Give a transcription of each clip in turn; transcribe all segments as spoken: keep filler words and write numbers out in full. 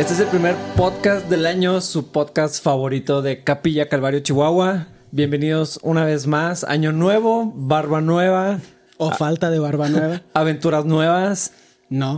Este es el primer podcast del año, su podcast favorito de Capilla Calvario, Chihuahua. Bienvenidos una vez más. Año nuevo, barba nueva. O a- falta de barba nueva. Aventuras nuevas. No.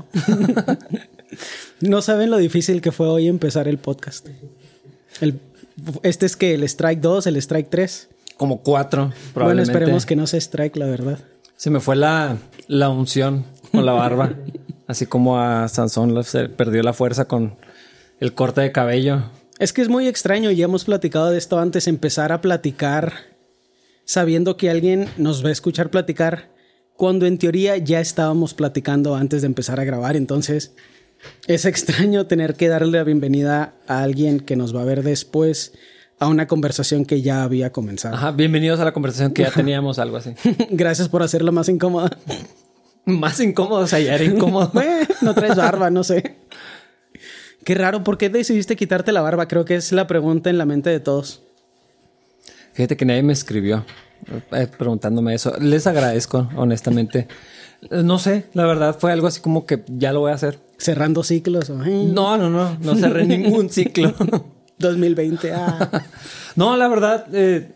No saben lo difícil que fue hoy empezar el podcast. El, este es que el Strike dos, el Strike tres. Como cuatro, probablemente. Bueno, esperemos que no sea Strike, la verdad. Se me fue la, la unción con la barba. Así como a Sansón se perdió la fuerza con el corte de cabello. Es que es muy extraño, ya hemos platicado de esto antes, empezar a platicar sabiendo que alguien nos va a escuchar platicar cuando en teoría ya estábamos platicando antes de empezar a grabar. Entonces es extraño tener que darle la bienvenida a alguien que nos va a ver después a una conversación que ya había comenzado. Ajá, bienvenidos a la conversación que ya teníamos, algo así. Gracias por hacerla más incómoda. Más incómodo, o sea, ya era incómodo. Eh, no traes barba, no sé. Qué raro, ¿por qué decidiste quitarte la barba? Creo que es la pregunta en la mente de todos. Fíjate que nadie me escribió eh, preguntándome eso. Les agradezco, honestamente. No sé, la verdad fue algo así como que ya lo voy a hacer. Cerrando ciclos. ¿O? No, no, no, no cerré ningún ciclo. dos mil veinte, ah. No, la verdad, eh,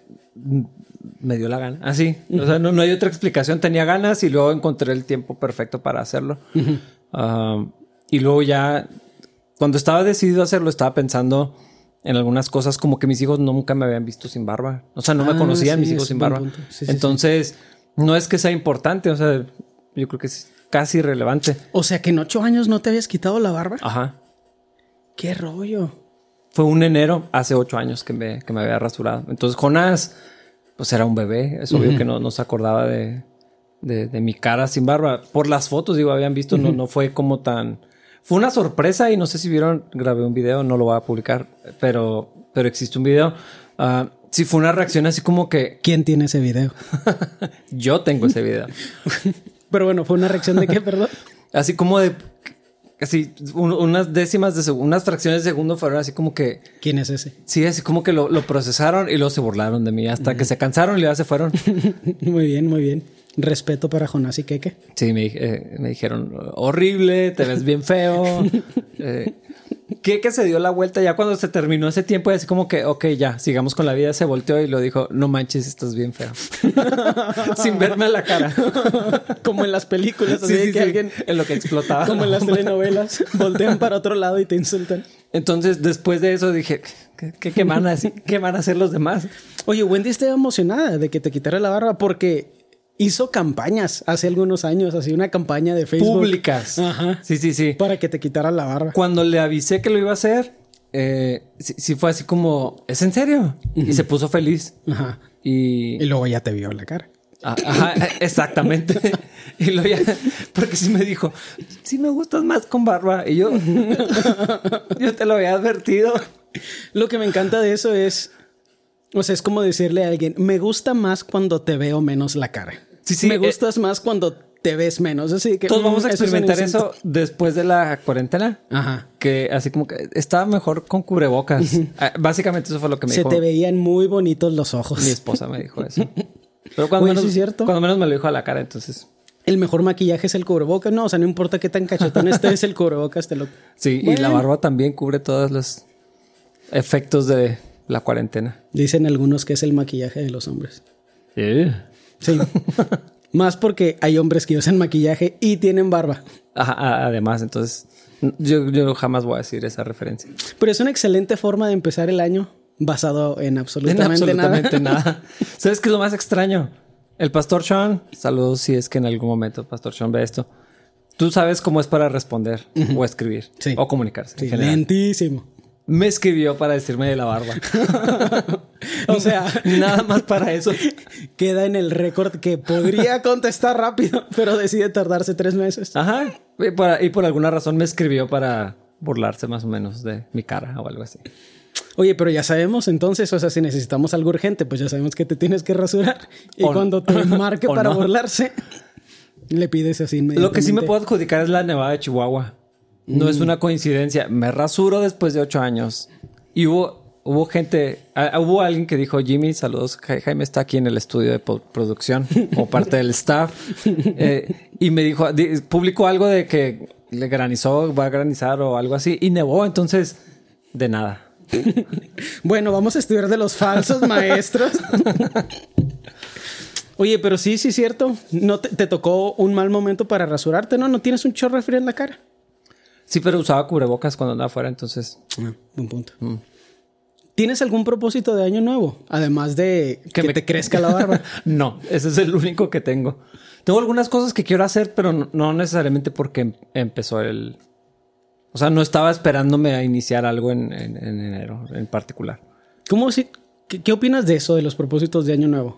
me dio la gana. Así, o sea, no, no hay otra explicación. Tenía ganas y luego encontré el tiempo perfecto para hacerlo. Uh-huh. Uh, y luego ya, cuando estaba decidido a hacerlo, estaba pensando en algunas cosas como que mis hijos nunca me habían visto sin barba. O sea, no ah, me conocían sí, mis hijos sin barba. Sí, sí, Entonces, sí. no es que sea importante. O sea, yo creo que es casi irrelevante. O sea, que en ocho años no te habías quitado la barba. Ajá. Qué rollo. Fue un enero, hace ocho años que me, que me había rasurado. Entonces, Jonás, pues era un bebé. Es obvio uh-huh. que no, no se acordaba de, de, de mi cara sin barba. Por las fotos, digo, habían visto, uh-huh. no, no fue como tan... Fue una sorpresa y no sé si vieron, grabé un video, no lo voy a publicar, pero, pero existe un video. Uh, sí fue una reacción así como que... ¿Quién tiene ese video? Yo tengo ese video. Pero bueno, ¿fue una reacción de qué, perdón? Así como de... Así, un, unas décimas de segundo, unas fracciones de segundo fueron así como que... ¿Quién es ese? Sí, así como que lo, lo procesaron y luego se burlaron de mí hasta uh-huh. que se cansaron y ya se fueron. Muy bien, muy bien. Respeto para Jonás y Keke. Sí, me, eh, me dijeron, horrible, te ves bien feo. eh, Keke se dio la vuelta ya cuando se terminó ese tiempo y así como que, ok, ya, sigamos con la vida. Se volteó y lo dijo, no manches, estás bien feo. Sin verme a la cara. Como en las películas. Así sí, de sí, que sí. alguien... En lo que explotaba. Como en las telenovelas. Voltean para otro lado y te insultan. Entonces, después de eso dije, ¿qué, qué, qué, van, a, ¿qué van a hacer los demás? Oye, Wendy estaba emocionada de que te quitara la barba porque... hizo campañas hace algunos años, así una campaña de Facebook. Públicas. Ajá. Sí, sí, sí. Para que te quitaran la barba. Cuando le avisé que lo iba a hacer, eh, sí, sí fue así como, ¿es en serio? Uh-huh. Y se puso feliz. Ajá. Y... y luego ya te vio la cara. Ah, ajá, exactamente. Y luego ya, porque sí me dijo, sí me gustas más con barba. Y yo, yo te lo había advertido. Lo que me encanta de eso es, o sea, es como decirle a alguien, me gusta más cuando te veo menos la cara. Sí, sí, me gustas eh, más cuando te ves menos. Así que todos vamos a experimentar eso, eso después de la cuarentena. Ajá. Que así como que estaba mejor con cubrebocas. Uh-huh. ah, básicamente eso fue lo que me Se dijo. Se te veían muy bonitos los ojos. Mi esposa me dijo eso. Pero cuando, Oye, menos, ¿sí es cierto? cuando menos me lo dijo a la cara, entonces... El mejor maquillaje es el cubrebocas. No, o sea, no importa qué tan cachetón estés, el cubrebocas te lo... Sí, bueno. Y la barba también cubre todos los efectos de... la cuarentena. Dicen algunos que es el maquillaje de los hombres. ¿Sí? Sí. Más porque hay hombres que usan maquillaje y tienen barba. Ajá, además, entonces yo, yo jamás voy a decir esa referencia. Pero es una excelente forma de empezar el año basado en absolutamente, en absolutamente nada. nada. ¿Sabes qué es lo más extraño? El Pastor Sean, saludos si es que en algún momento Pastor Sean ve esto. Tú sabes cómo es para responder uh-huh. o escribir sí. o comunicarse. Sí, lentísimo. Me escribió para decirme de la barba. O sea, nada más para eso. Queda en el récord que podría contestar rápido, pero decide tardarse tres meses. Ajá. Y por, y por alguna razón me escribió para burlarse más o menos de mi cara o algo así. Oye, pero ya sabemos entonces, o sea, si necesitamos algo urgente, pues ya sabemos que te tienes que rasurar. Y o, cuando te marque para no. burlarse, le pides así inmediatamente. Lo que sí me puedo adjudicar es la nevada de Chihuahua. No mm. es una coincidencia. Me rasuro después de ocho años. Y hubo, hubo gente... Uh, hubo alguien que dijo, Jimmy, saludos. Jaime está aquí en el estudio de producción como parte del staff. Eh, y me dijo... Di, publicó algo de que le granizó, va a granizar o algo así. Y nevó, entonces, de nada. Bueno, vamos a estudiar de los falsos maestros. Oye, pero sí, sí es cierto. ¿No te, te tocó un mal momento para rasurarte, no? ¿No tienes un chorro de frío en la cara? Sí, pero usaba cubrebocas cuando andaba afuera, entonces... Ah, buen punto. Mm. ¿Tienes algún propósito de año nuevo? Además de que, que me... te crezca la barba. No, ese es el único que tengo. Tengo algunas cosas que quiero hacer, pero no, no necesariamente porque empezó el... O sea, no estaba esperándome a iniciar algo en, en, en enero en particular. ¿Cómo si... ¿Qué, ¿Qué opinas de eso, de los propósitos de año nuevo?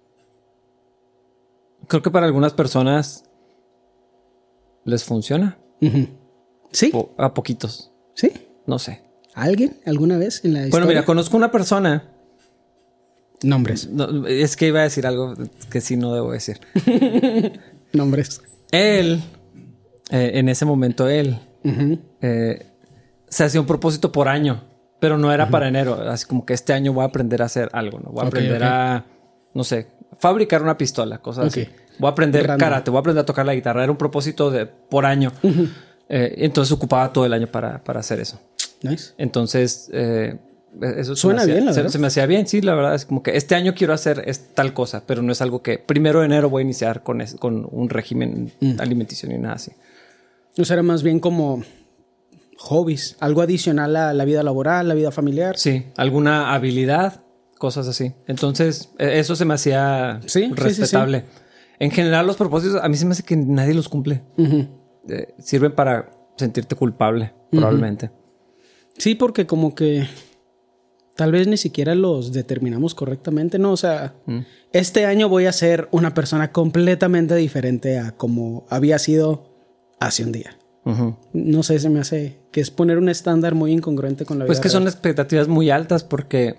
Creo que para algunas personas les funciona. Uh-huh. ¿Sí? Po- a poquitos. ¿Sí? No sé. ¿Alguien alguna vez en la historia? Bueno, mira, conozco una persona... Nombres. No, es que iba a decir algo que sí no debo decir. Nombres. Él, eh, en ese momento él, uh-huh. eh, se hacía un propósito por año, pero no era uh-huh. para enero. Así como que este año voy a aprender a hacer algo, ¿no? Voy a okay, aprender okay. a, no sé, fabricar una pistola, cosas okay. así. Voy a aprender Random. karate, voy a aprender a tocar la guitarra. Era un propósito de por año. Uh-huh. Eh, entonces ocupaba todo el año para, para hacer eso. Nice. Entonces... Eh, Eso suena hacía, bien, la se, verdad. Se me hacía bien, sí, la verdad. Es como que este año quiero hacer es, tal cosa, pero no es algo que primero de enero voy a iniciar con, es, con un régimen mm. alimenticio ni nada así. O sea, era más bien como hobbies, algo adicional a la vida laboral, la vida familiar. Sí, alguna habilidad, cosas así. Entonces, eso se me hacía sí, respetable. Sí, sí, sí. En general, los propósitos, a mí se me hace que nadie los cumple. Uh-huh. Eh, sirven para sentirte culpable, uh-huh. probablemente. Sí, porque como que... Tal vez ni siquiera los determinamos correctamente, ¿no? O sea, mm. este año voy a ser una persona completamente diferente a como había sido hace un día. Uh-huh. No sé, se me hace que es poner un estándar muy incongruente con la vida. Pues que real. Son expectativas muy altas porque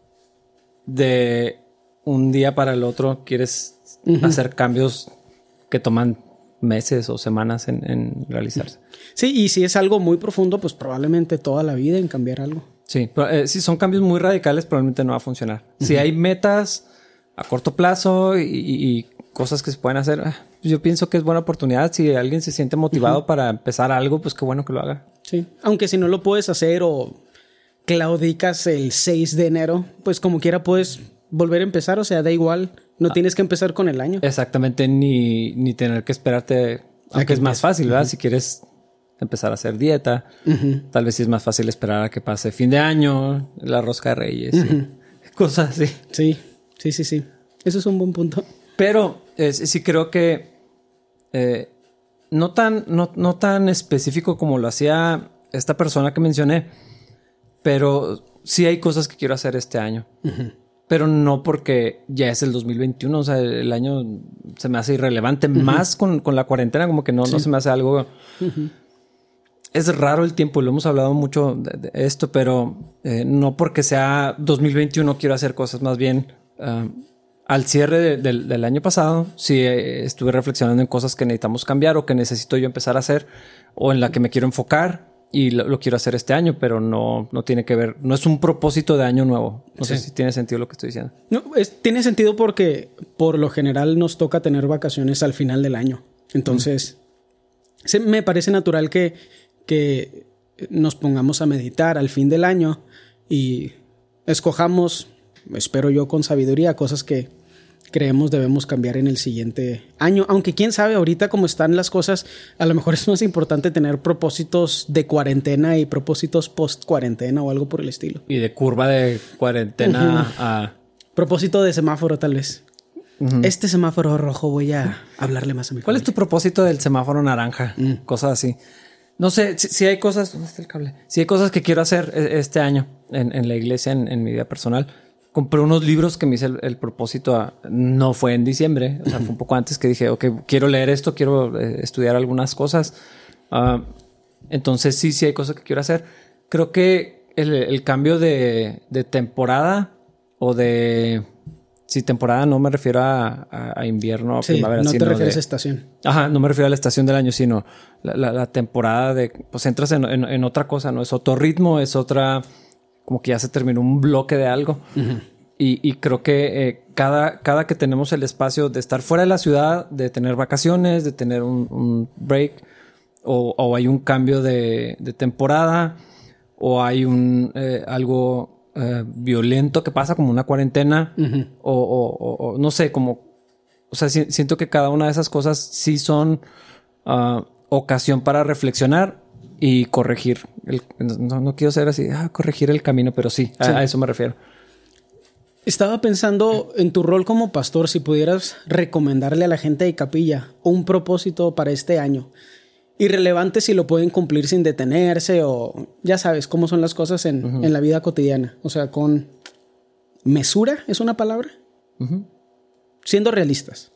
de un día para el otro quieres uh-huh. hacer cambios que toman meses o semanas en, en realizarse. Sí, y si es algo muy profundo, pues probablemente toda la vida en cambiar algo. Sí, pero, eh, si son cambios muy radicales, probablemente no va a funcionar. Uh-huh. Si hay metas a corto plazo y, y, y cosas que se pueden hacer, yo pienso que es buena oportunidad. Si alguien se siente motivado uh-huh. para empezar algo, pues qué bueno que lo haga. Sí, aunque si no lo puedes hacer o claudicas el seis de enero, pues como quiera puedes volver a empezar. O sea, da igual, no ah. tienes que empezar con el año. Exactamente, ni, ni tener que esperarte, aunque es más fácil, ¿verdad? Uh-huh. Si quieres... empezar a hacer dieta. Uh-huh. Tal vez sí es más fácil esperar a que pase fin de año, la rosca de Reyes, uh-huh. cosas así. Sí, sí, sí, sí. Eso es un buen punto. Pero eh, sí creo que eh, no, tan, no, no tan específico como lo hacía esta persona que mencioné, pero sí hay cosas que quiero hacer este año. Uh-huh. Pero no porque ya es el dos mil veintiuno, o sea, el año se me hace irrelevante. Uh-huh. Más con, con la cuarentena, como que no, sí. no se me hace algo... Uh-huh. Es raro el tiempo, lo hemos hablado mucho de, de esto, pero eh, no porque sea dos mil veintiuno quiero hacer cosas. Más bien, uh, al cierre de, de, del año pasado, sí eh, estuve reflexionando en cosas que necesitamos cambiar o que necesito yo empezar a hacer o en la que me quiero enfocar y lo, lo quiero hacer este año, pero no, no tiene que ver, no es un propósito de año nuevo. No sí. sé si tiene sentido lo que estoy diciendo. No, es, tiene sentido porque por lo general nos toca tener vacaciones al final del año. Entonces, mm. se, me parece natural que que nos pongamos a meditar al fin del año y escojamos, espero yo con sabiduría, cosas que creemos debemos cambiar en el siguiente año. Aunque quién sabe, ahorita como están las cosas, a lo mejor es más importante tener propósitos de cuarentena y propósitos post cuarentena o algo por el estilo. Y de curva de cuarentena uh-huh. a... Propósito de semáforo tal vez. Uh-huh. Este semáforo rojo voy a hablarle más a mi ¿Cuál familia. es tu propósito del semáforo naranja? Mm. Cosas así. No sé, si, si hay cosas... ¿Dónde está el cable? Si hay cosas que quiero hacer este año en, en la iglesia, en, en mi vida personal. Compré unos libros que me hice el, el propósito a... No fue en diciembre. O sea, fue un poco antes que dije, ok, quiero leer esto, quiero eh, estudiar algunas cosas. Uh, entonces sí, sí hay cosas que quiero hacer. Creo que el, el cambio de, de temporada o de... Sí, temporada no me refiero a, a, a invierno, a sí, primavera. No sino te refieres de, a estación. Ajá, no me refiero a la estación del año, sino la, la, la temporada de... Pues entras en, en, en otra cosa, ¿no? Es otro ritmo, es otra... Como que ya se terminó un bloque de algo. Uh-huh. Y, y creo que eh, cada, cada que tenemos el espacio de estar fuera de la ciudad, de tener vacaciones, de tener un, un break, o, o hay un cambio de, de temporada, o hay un eh, algo eh, violento que pasa, como una cuarentena, uh-huh. o, o, o, o no sé, como... O sea, si, siento que cada una de esas cosas sí son uh, ocasión para reflexionar y corregir. El, no, no quiero ser así, ah, corregir el camino, pero sí, sí. A, a eso me refiero. Estaba pensando en tu rol como pastor, si pudieras recomendarle a la gente de Capilla un propósito para este año. Irrelevante si lo pueden cumplir sin detenerse o ya sabes cómo son las cosas en, uh-huh. en la vida cotidiana. O sea, con mesura, ¿es una palabra? Uh-huh. Siendo realistas.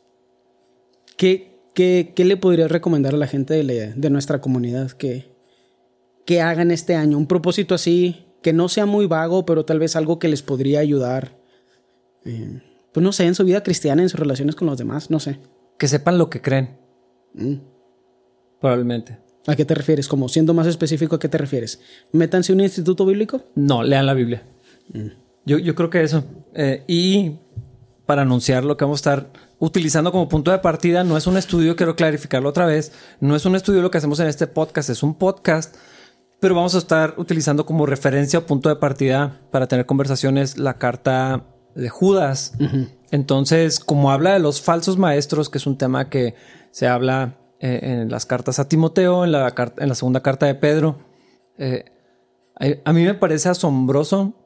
¿Qué, qué, qué le podrías recomendar a la gente de, la, de nuestra comunidad que, que hagan este año? Un propósito así, que no sea muy vago, pero tal vez algo que les podría ayudar. Eh, pues no sé, en su vida cristiana, en sus relaciones con los demás, no sé. Que sepan lo que creen. Mm. Probablemente. ¿A qué te refieres? Como siendo más específico, ¿a qué te refieres? ¿Métanse a un instituto bíblico? No, lean la Biblia. Mm. Yo, yo creo que eso. Eh, y para anunciar lo que vamos a estar utilizando como punto de partida, no es un estudio, quiero clarificarlo otra vez, no es un estudio lo que hacemos en este podcast, es un podcast, pero vamos a estar utilizando como referencia o punto de partida para tener conversaciones la carta de Judas. Uh-huh. Entonces, como habla de los falsos maestros, que es un tema que se habla eh, en las cartas a Timoteo, en la, carta, en la segunda carta de Pedro, eh, a, a mí me parece asombroso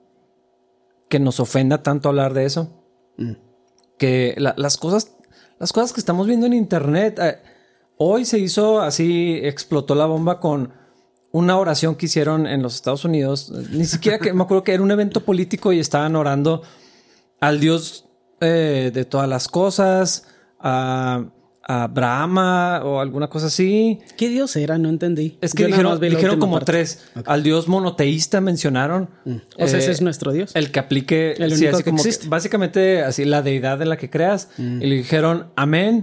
que nos ofenda tanto hablar de eso. Mm. Que la, las cosas las cosas que estamos viendo en internet, eh, hoy se hizo así, explotó la bomba con una oración que hicieron en los Estados Unidos. Ni siquiera que me acuerdo que era un evento político y estaban orando al Dios eh, de todas las cosas, a, a Brahma o alguna cosa así. ¿Qué Dios era? No entendí. Es que Yo dijeron, dijeron como parte. tres. Okay. Al Dios monoteísta mencionaron. Mm. O sea, eh, ese es nuestro Dios. El que aplique. El sí, único así que como existe. Que, básicamente así la deidad de la que creas. Mm. Y le dijeron amén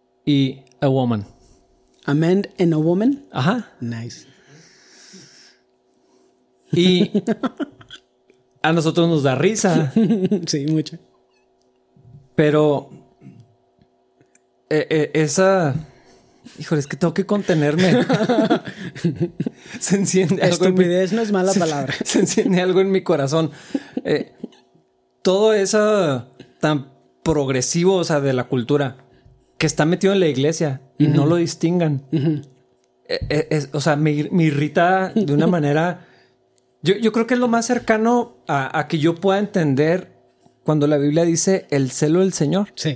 y a woman. Amén and a woman. Ajá. Nice. Y a nosotros nos da risa. Sí, mucho. Pero eh, eh, esa... Híjole, es que tengo que contenerme. Se enciende algo. Estupidez mi... no es mala palabra. Se, se enciende algo en mi corazón. Eh, todo eso tan progresivo, o sea, de la cultura, que está metido en la iglesia y uh-huh. no lo distingan. Uh-huh. Eh, eh, es, o sea, me, me irrita de una manera... Yo, yo creo que es lo más cercano a, a que yo pueda entender cuando la Biblia dice el celo del Señor. Sí.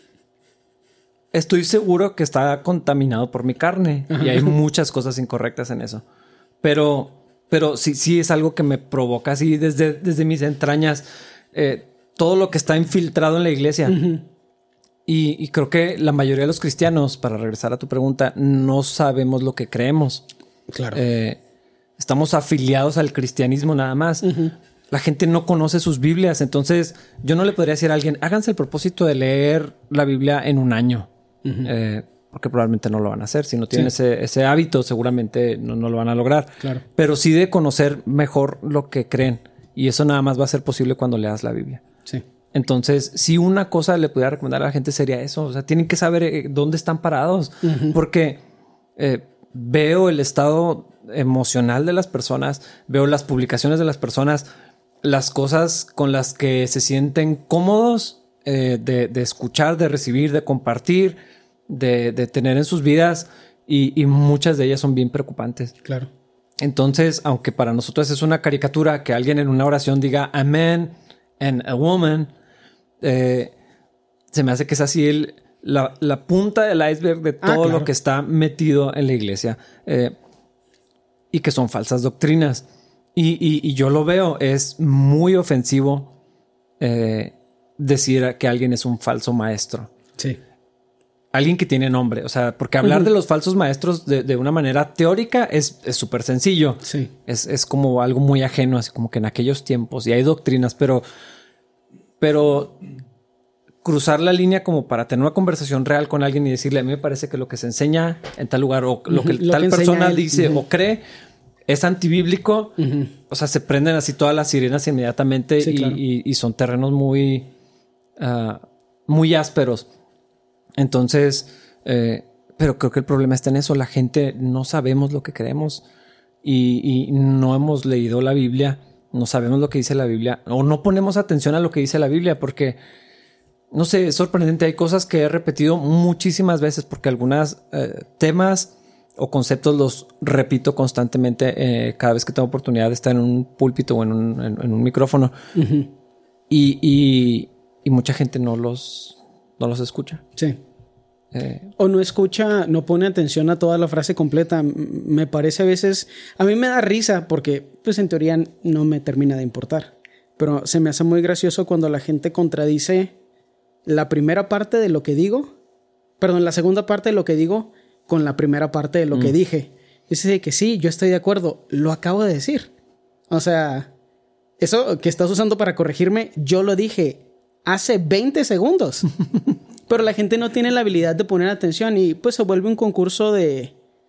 Estoy seguro que está contaminado por mi carne. Ajá. Y hay muchas cosas incorrectas en eso. Pero, pero sí, sí es algo que me provoca así desde, desde mis entrañas. Eh, todo lo que está infiltrado en la iglesia. Uh-huh. Y, y creo que la mayoría de los cristianos, para regresar a tu pregunta, no sabemos lo que creemos. Claro. Eh, estamos afiliados al cristianismo nada más. Uh-huh. La gente no conoce sus Biblias. Entonces, yo no le podría decir a alguien, háganse el propósito de leer la Biblia en un año. Uh-huh. Eh, porque probablemente no lo van a hacer. Si no tienen sí. ese, ese hábito, seguramente no, no lo van a lograr. Claro. Pero sí de conocer mejor lo que creen. Y eso nada más va a ser posible cuando leas la Biblia. Sí. Entonces, si una cosa le pudiera recomendar a la gente sería eso. O sea, tienen que saber eh, dónde están parados. Uh-huh. Porque eh, veo el estado emocional de las personas, veo las publicaciones de las personas, las cosas con las que se sienten cómodos eh, de, de escuchar, de recibir, de compartir, de, de tener en sus vidas y, y muchas de ellas son bien preocupantes. Claro. Entonces, aunque para nosotros es una caricatura que alguien en una oración diga amen and a woman, eh, se me hace que es así el, la, la punta del iceberg de todo ah, claro. lo que está metido en la iglesia. Eh, y que son falsas doctrinas. Y, y, y yo lo veo, es muy ofensivo eh, decir que alguien es un falso maestro. Sí. Alguien que tiene nombre. O sea, porque hablar uh-huh. de los falsos maestros de, de una manera teórica es súper sencillo. Sí. Es, es como algo muy ajeno, así como que en aquellos tiempos. Y hay doctrinas, pero... Pero... cruzar la línea como para tener una conversación real con alguien y decirle, a mí me parece que lo que se enseña en tal lugar o lo que lo tal que persona él. dice Uh-huh. o cree es antibíblico. Uh-huh. O sea, se prenden así todas las sirenas inmediatamente sí, y, claro. y, y son terrenos muy, uh, muy ásperos. Entonces, eh, pero creo que el problema está en eso. La gente no sabemos lo que creemos y, y no hemos leído la Biblia, no sabemos lo que dice la Biblia o no ponemos atención a lo que dice la Biblia porque, no sé, es sorprendente. Hay cosas que he repetido muchísimas veces porque algunos eh, temas o conceptos los repito constantemente eh, cada vez que tengo oportunidad de estar en un púlpito o en un, en, en un micrófono. Uh-huh. y, y, y mucha gente no los, no los escucha. Sí. Eh, o no escucha, no pone atención a toda la frase completa. Me parece a veces... A mí me da risa porque, pues en teoría, no me termina de importar. Pero se me hace muy gracioso cuando la gente contradice la primera parte de lo que digo. Perdón, la segunda parte de lo que digo con la primera parte de lo mm. que dije. Dice que sí, yo estoy de acuerdo. Lo acabo de decir. O sea, eso que estás usando para corregirme, yo lo dije hace veinte segundos. Pero la gente no tiene la habilidad de poner atención y pues se vuelve un concurso de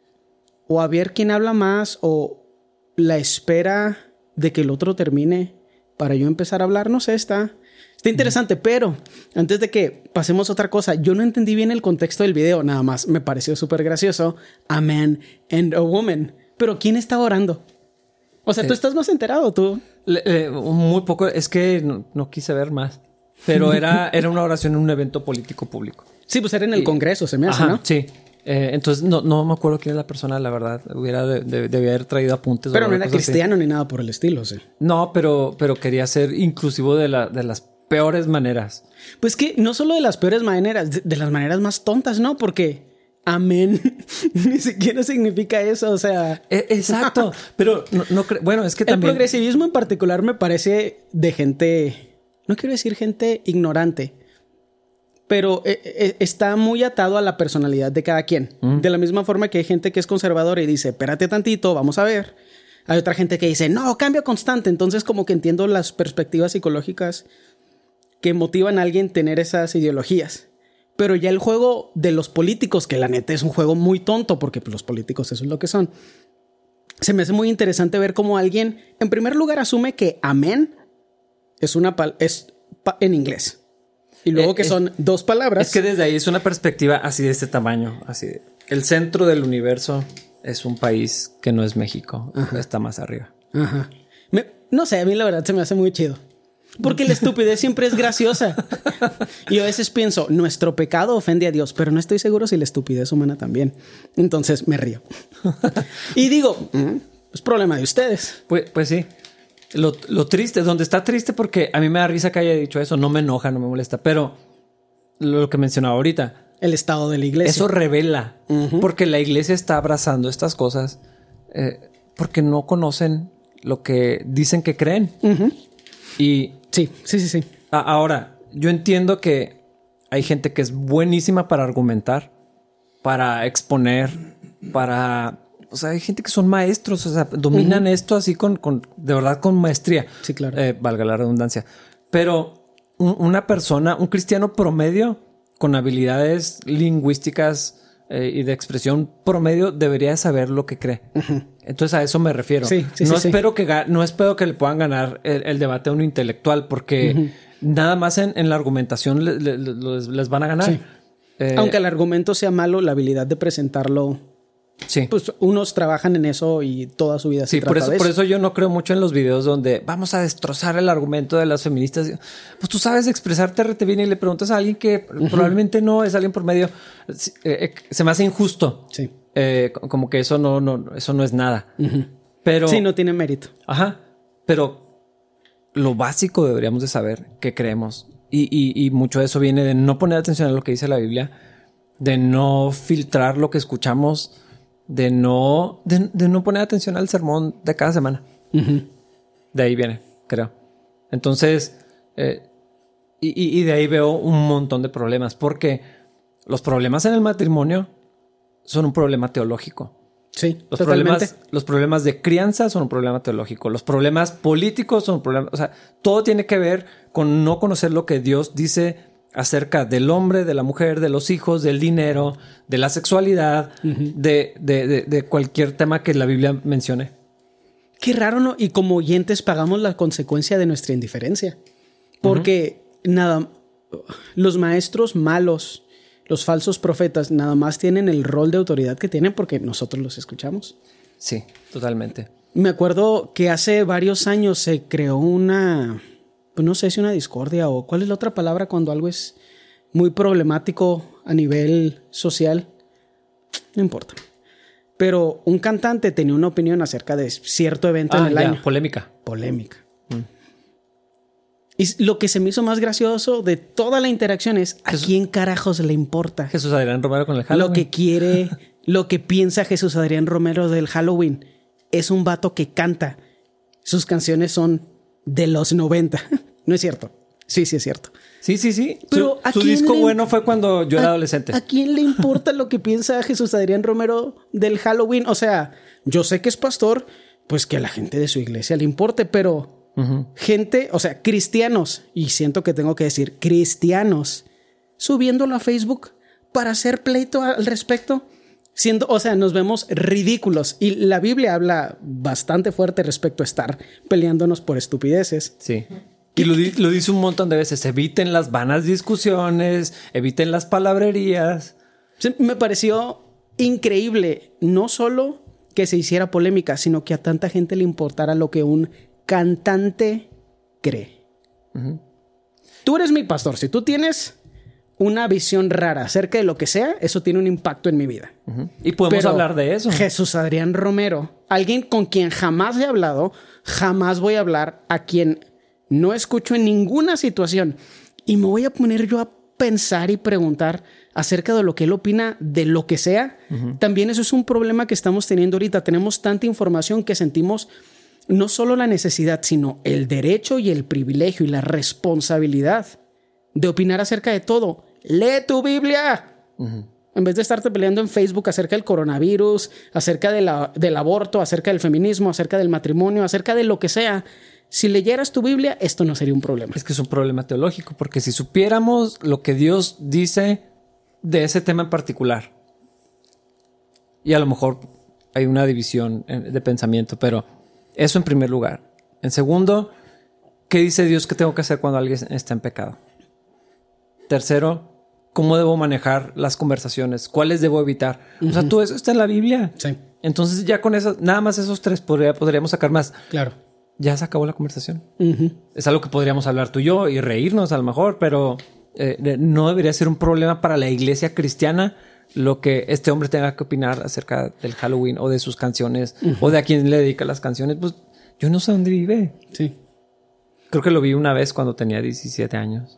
o a ver quién habla más o la espera de que el otro termine para yo empezar a hablar. No sé, está, está interesante. Mm. Pero antes de que pasemos a otra cosa, yo no entendí bien el contexto del video. Nada más me pareció súper gracioso. A man and a woman. Pero ¿quién estaba orando? O sea, ¿tú eh, estás más enterado tú? Le, eh, muy poco. Es que no, no quise ver más. Pero era, era una oración en un evento político público. Sí, pues era en el y, Congreso, se me hace, ajá, ¿no? Sí. Eh, entonces no, no me acuerdo quién es la persona, la verdad. Hubiera de, de, debía haber traído apuntes. Pero no era cristiano así. Ni nada por el estilo, sí. No, pero, pero quería ser inclusivo de, la, de las peores maneras. Pues que no solo de las peores maneras, de, de las maneras más tontas, ¿no? Porque amén ni siquiera significa eso, o sea... Eh, exacto. Pero no, no cre- bueno, es que también... El progresivismo en particular me parece de gente... No quiero decir gente ignorante, pero eh, eh, está muy atado a la personalidad de cada quien. Mm. De la misma forma que hay gente que es conservadora y dice, espérate tantito, vamos a ver. Hay otra gente que dice, no, cambio constante. Entonces como que entiendo las perspectivas psicológicas que motivan a alguien tener esas ideologías. Pero ya el juego de los políticos, que la neta es un juego muy tonto, porque pues, los políticos eso es lo que son. Se me hace muy interesante ver cómo alguien, en primer lugar, asume que amén es una pal- es pa- en inglés. Y luego eh, que son eh, dos palabras. Es que desde ahí es una perspectiva así de este tamaño. Así de, el centro del universo es un país que no es México. Ajá. Está más arriba. Ajá. Me, no sé, a mí la verdad se me hace muy chido. Porque la estupidez siempre es graciosa. Y a veces pienso, nuestro pecado ofende a Dios, pero no estoy seguro si la estupidez humana también. Entonces me río. Y digo, mm, es problema de ustedes. Pues, pues sí. Lo, lo triste, donde está triste porque a mí me da risa que haya dicho eso. No me enoja, no me molesta. Pero lo que mencionaba ahorita. El estado de la iglesia. Eso revela. Uh-huh. Porque la iglesia está abrazando estas cosas. Eh, porque no conocen lo que dicen que creen. Uh-huh. Y... Sí, sí, sí, sí. A, ahora, yo entiendo que hay gente que es buenísima para argumentar. Para exponer. Para... O sea, hay gente que son maestros, o sea, dominan uh-huh. esto así con, con, de verdad, con maestría. Sí, claro. Eh, valga la redundancia. Pero un, una persona, un cristiano promedio con habilidades lingüísticas eh, y de expresión promedio debería saber lo que cree. Uh-huh. Entonces a eso me refiero. Sí, sí, no sí, espero sí. que ga- no espero que le puedan ganar el, el debate a un intelectual porque uh-huh. nada más en, en la argumentación le, le, les, les van a ganar. Sí. Eh, Aunque el argumento sea malo, la habilidad de presentarlo... Sí. Pues unos trabajan en eso y toda su vida sí, se trata por eso, de eso. por eso yo no creo mucho en los videos donde vamos a destrozar el argumento de las feministas. Pues tú sabes expresarte rete bien y le preguntas a alguien que uh-huh. probablemente no es alguien por medio. Eh, eh, se me hace injusto. Sí. Eh, como que eso no, no, eso no es nada. Uh-huh. Pero sí, no tiene mérito. Ajá. Pero lo básico deberíamos de saber qué creemos. Y, y, y mucho de eso viene de no poner atención a lo que dice la Biblia, de no filtrar lo que escuchamos. De no, de, de no poner atención al sermón de cada semana. Uh-huh. De ahí viene, creo. Entonces, eh, y, y de ahí veo un montón de problemas. Porque los problemas en el matrimonio son un problema teológico. Sí, los totalmente. problemas, los problemas de crianza son un problema teológico. Los problemas políticos son un problema... O sea, todo tiene que ver con no conocer lo que Dios dice acerca del hombre, de la mujer, de los hijos, del dinero, de la sexualidad, uh-huh. de, de, de, de cualquier tema que la Biblia mencione. Qué raro, ¿no? Y como oyentes pagamos la consecuencia de nuestra indiferencia. Porque uh-huh. nada, los maestros malos los falsos profetas nada más tienen el rol de autoridad que tienen porque nosotros los escuchamos. Sí, totalmente. Me acuerdo que hace varios años se creó una, pues no sé si una discordia o cuál es la otra palabra cuando algo es muy problemático a nivel social. No importa. Pero un cantante tenía una opinión acerca de cierto evento ah, en el ya, año. Polémica. Polémica. Mm. Y lo que se me hizo más gracioso de toda la interacción es ¿a Jesús, quién carajos le importa? Jesús Adrián Romero con el Halloween. Lo que quiere, lo que piensa Jesús Adrián Romero del Halloween es un vato que canta. Sus canciones son de los noventa. No es cierto. Sí, sí es cierto. Sí, sí, sí. Pero su su disco le, bueno fue cuando yo era a, adolescente. ¿A quién le importa lo que piensa Jesús Adrián Romero del Halloween? O sea, yo sé que es pastor, pues que a la gente de su iglesia le importe, pero uh-huh. gente, o sea, cristianos, y siento que tengo que decir cristianos, subiéndolo a Facebook para hacer pleito al respecto. Siendo, o sea, nos vemos ridículos. Y la Biblia habla bastante fuerte respecto a estar peleándonos por estupideces. Sí. Y lo, lo dice un montón de veces. Eviten las vanas discusiones, eviten las palabrerías. Sí, me pareció increíble, no solo que se hiciera polémica, sino que a tanta gente le importara lo que un cantante cree. Uh-huh. Tú eres mi pastor. Si tú tienes una visión rara acerca de lo que sea, eso tiene un impacto en mi vida. Uh-huh. Y podemos Pero hablar de eso. Jesús Adrián Romero, alguien con quien jamás he hablado, jamás voy a hablar, a quien no escucho en ninguna situación. Y me voy a poner yo a pensar y preguntar acerca de lo que él opina de lo que sea. Uh-huh. También eso es un problema que estamos teniendo ahorita. Tenemos tanta información que sentimos no solo la necesidad, sino el derecho y el privilegio y la responsabilidad de opinar acerca de todo. ¡Lee tu Biblia! Uh-huh. En vez de estarte peleando en Facebook acerca del coronavirus, acerca de la, del aborto, acerca del feminismo, acerca del matrimonio, acerca de lo que sea. Si leyeras tu Biblia, esto no sería un problema. Es que es un problema teológico, porque si supiéramos lo que Dios dice de ese tema en particular, y a lo mejor hay una división de pensamiento, pero eso en primer lugar. En segundo, ¿qué dice Dios que tengo que hacer cuando alguien está en pecado? Tercero, ¿cómo debo manejar las conversaciones? ¿Cuáles debo evitar? Uh-huh. O sea, todo eso está en la Biblia. Sí. Entonces ya con eso, nada más esos tres podría, podríamos sacar más. Claro. Ya se acabó la conversación. Uh-huh. Es algo que podríamos hablar tú y yo y reírnos a lo mejor, pero eh, no debería ser un problema para la iglesia cristiana lo que este hombre tenga que opinar acerca del Halloween o de sus canciones uh-huh. o de a quién le dedica las canciones. Pues yo no sé dónde vive. Sí. Creo que lo vi una vez cuando tenía diecisiete años.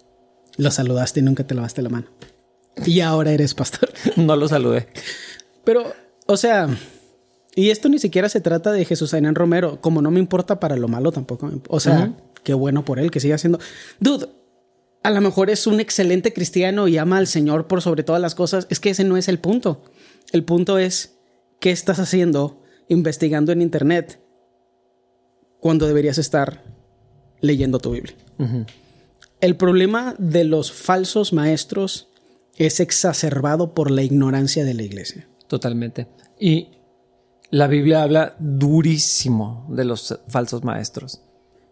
Lo saludaste y nunca te lavaste la mano. Y ahora eres pastor. No lo saludé. Pero, o sea, y esto ni siquiera se trata de Jesús Adrián Romero. Como no me importa para lo malo tampoco. O sea, uh-huh. qué bueno por él que siga haciendo. Dude, a lo mejor es un excelente cristiano y ama al Señor por sobre todas las cosas. Es que ese no es el punto. El punto es qué estás haciendo investigando en internet cuando deberías estar leyendo tu Biblia. Uh-huh. El problema de los falsos maestros es exacerbado por la ignorancia de la iglesia. Totalmente. Y la Biblia habla durísimo de los falsos maestros.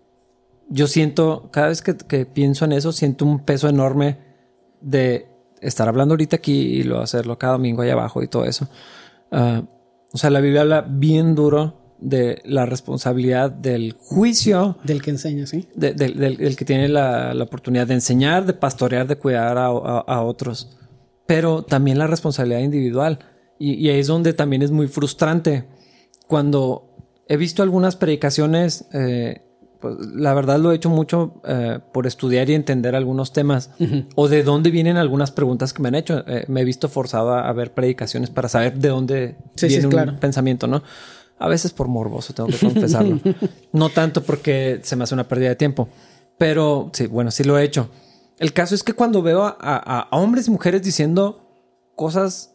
Yo siento, cada vez que, que pienso en eso, siento un peso enorme de estar hablando ahorita aquí y luego hacerlo cada domingo allá abajo y todo eso. Uh, o sea, la Biblia habla bien duro de la responsabilidad del juicio. Del que enseña, sí. De, de, del, del que tiene la, la oportunidad de enseñar, de pastorear, de cuidar a, a, a otros. Pero también la responsabilidad individual. Y, y ahí es donde también es muy frustrante. Cuando he visto algunas predicaciones, eh, pues, la verdad lo he hecho mucho eh, por estudiar y entender algunos temas. Uh-huh. O de dónde vienen algunas preguntas que me han hecho. Eh, me he visto forzado a, a ver predicaciones para saber de dónde sí, viene sí, un claro. pensamiento, ¿no? A veces por morboso, tengo que confesarlo. No tanto porque se me hace una pérdida de tiempo. Pero sí, bueno, sí lo he hecho. El caso es que cuando veo a, a, a hombres y mujeres diciendo cosas...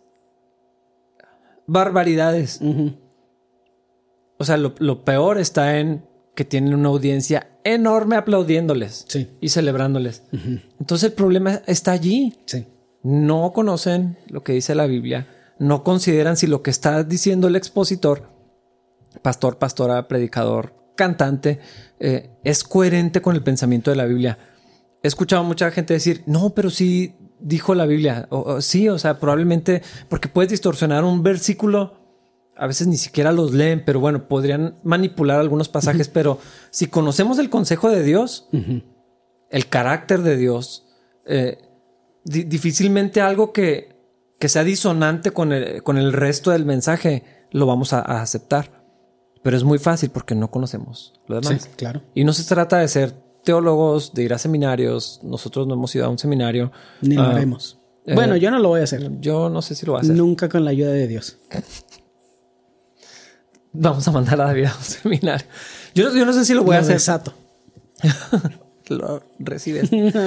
barbaridades. Uh-huh. O sea, lo, lo peor está en que tienen una audiencia enorme aplaudiéndoles sí. y celebrándoles. Uh-huh. Entonces el problema está allí. Sí. No conocen lo que dice la Biblia. No consideran si lo que está diciendo el expositor, pastor, pastora, predicador, cantante, eh, es coherente con el pensamiento de la Biblia. He escuchado a mucha gente decir, no, pero sí dijo la Biblia. O, o, sí, o sea, probablemente porque puedes distorsionar un versículo. A veces ni siquiera los leen, pero bueno, podrían manipular algunos pasajes. Uh-huh. Pero si conocemos el consejo de Dios, uh-huh. el carácter de Dios, eh, di- difícilmente algo que, que sea disonante con el, con el resto del mensaje lo vamos a, a aceptar. Pero es muy fácil porque no conocemos lo demás. Sí, claro. Y no se trata de ser teólogos, de ir a seminarios. Nosotros no hemos ido a un seminario. Ni lo uh, haremos. Eh, bueno, yo no lo voy a hacer. Yo no sé si lo voy a hacer. Nunca con la ayuda de Dios. Vamos a mandar a David a un seminario. Yo no, yo no sé si lo voy lo a hacer. Desato. Lo recibes.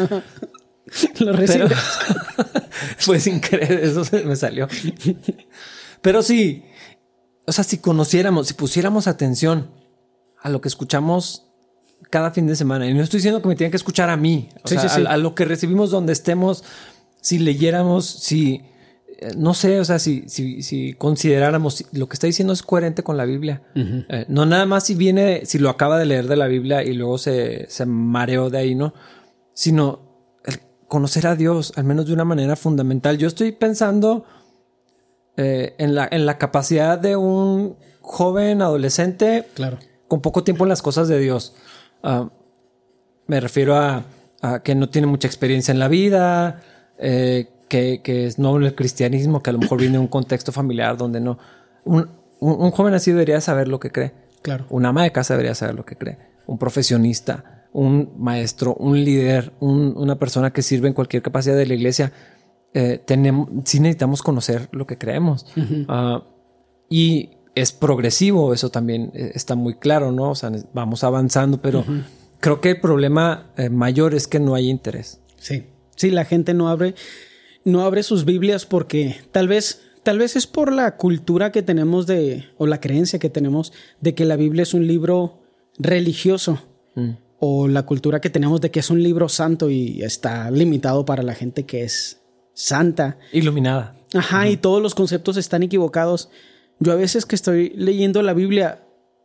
Lo recibes. Pero, fue sin querer, eso se me salió. Pero sí, o sea, si conociéramos, si pusiéramos atención a lo que escuchamos cada fin de semana, y no estoy diciendo que me tienen que escuchar a mí, o sí, sea, sí, sí. A, a lo que recibimos donde estemos, si leyéramos, si no sé, o sea, si, si, si consideráramos si lo que está diciendo es coherente con la Biblia. Uh-huh. Eh, no nada más si viene, si lo acaba de leer de la Biblia y luego se, se mareó de ahí, ¿no? Sino el conocer a Dios, al menos de una manera fundamental. Yo estoy pensando eh, en, la, en la capacidad de un joven adolescente, claro, con poco tiempo en las cosas de Dios. Uh, me refiero a, a que no tiene mucha experiencia en la vida, eh, Que, que es nuevo en el cristianismo, que a lo mejor viene de un contexto familiar donde no... Un, un, un joven así debería saber lo que cree. Claro. Un ama de casa debería saber lo que cree. Un profesionista, un maestro, un líder, un, una persona que sirve en cualquier capacidad de la iglesia. Eh, tenemos, sí necesitamos conocer lo que creemos. Uh-huh. Uh, y es progresivo, eso también está muy claro, ¿no? O sea, vamos avanzando, pero uh-huh. creo que el problema eh, mayor es que no hay interés. Sí, sí, la gente no abre... No abre sus Biblias porque tal vez, tal vez es por la cultura que tenemos de, o la creencia que tenemos de que la Biblia es un libro religioso. Mm. O la cultura que tenemos de que es un libro santo y está limitado para la gente que es santa. Iluminada. Ajá, uh-huh. Y todos los conceptos están equivocados. Yo a veces que estoy leyendo la Biblia,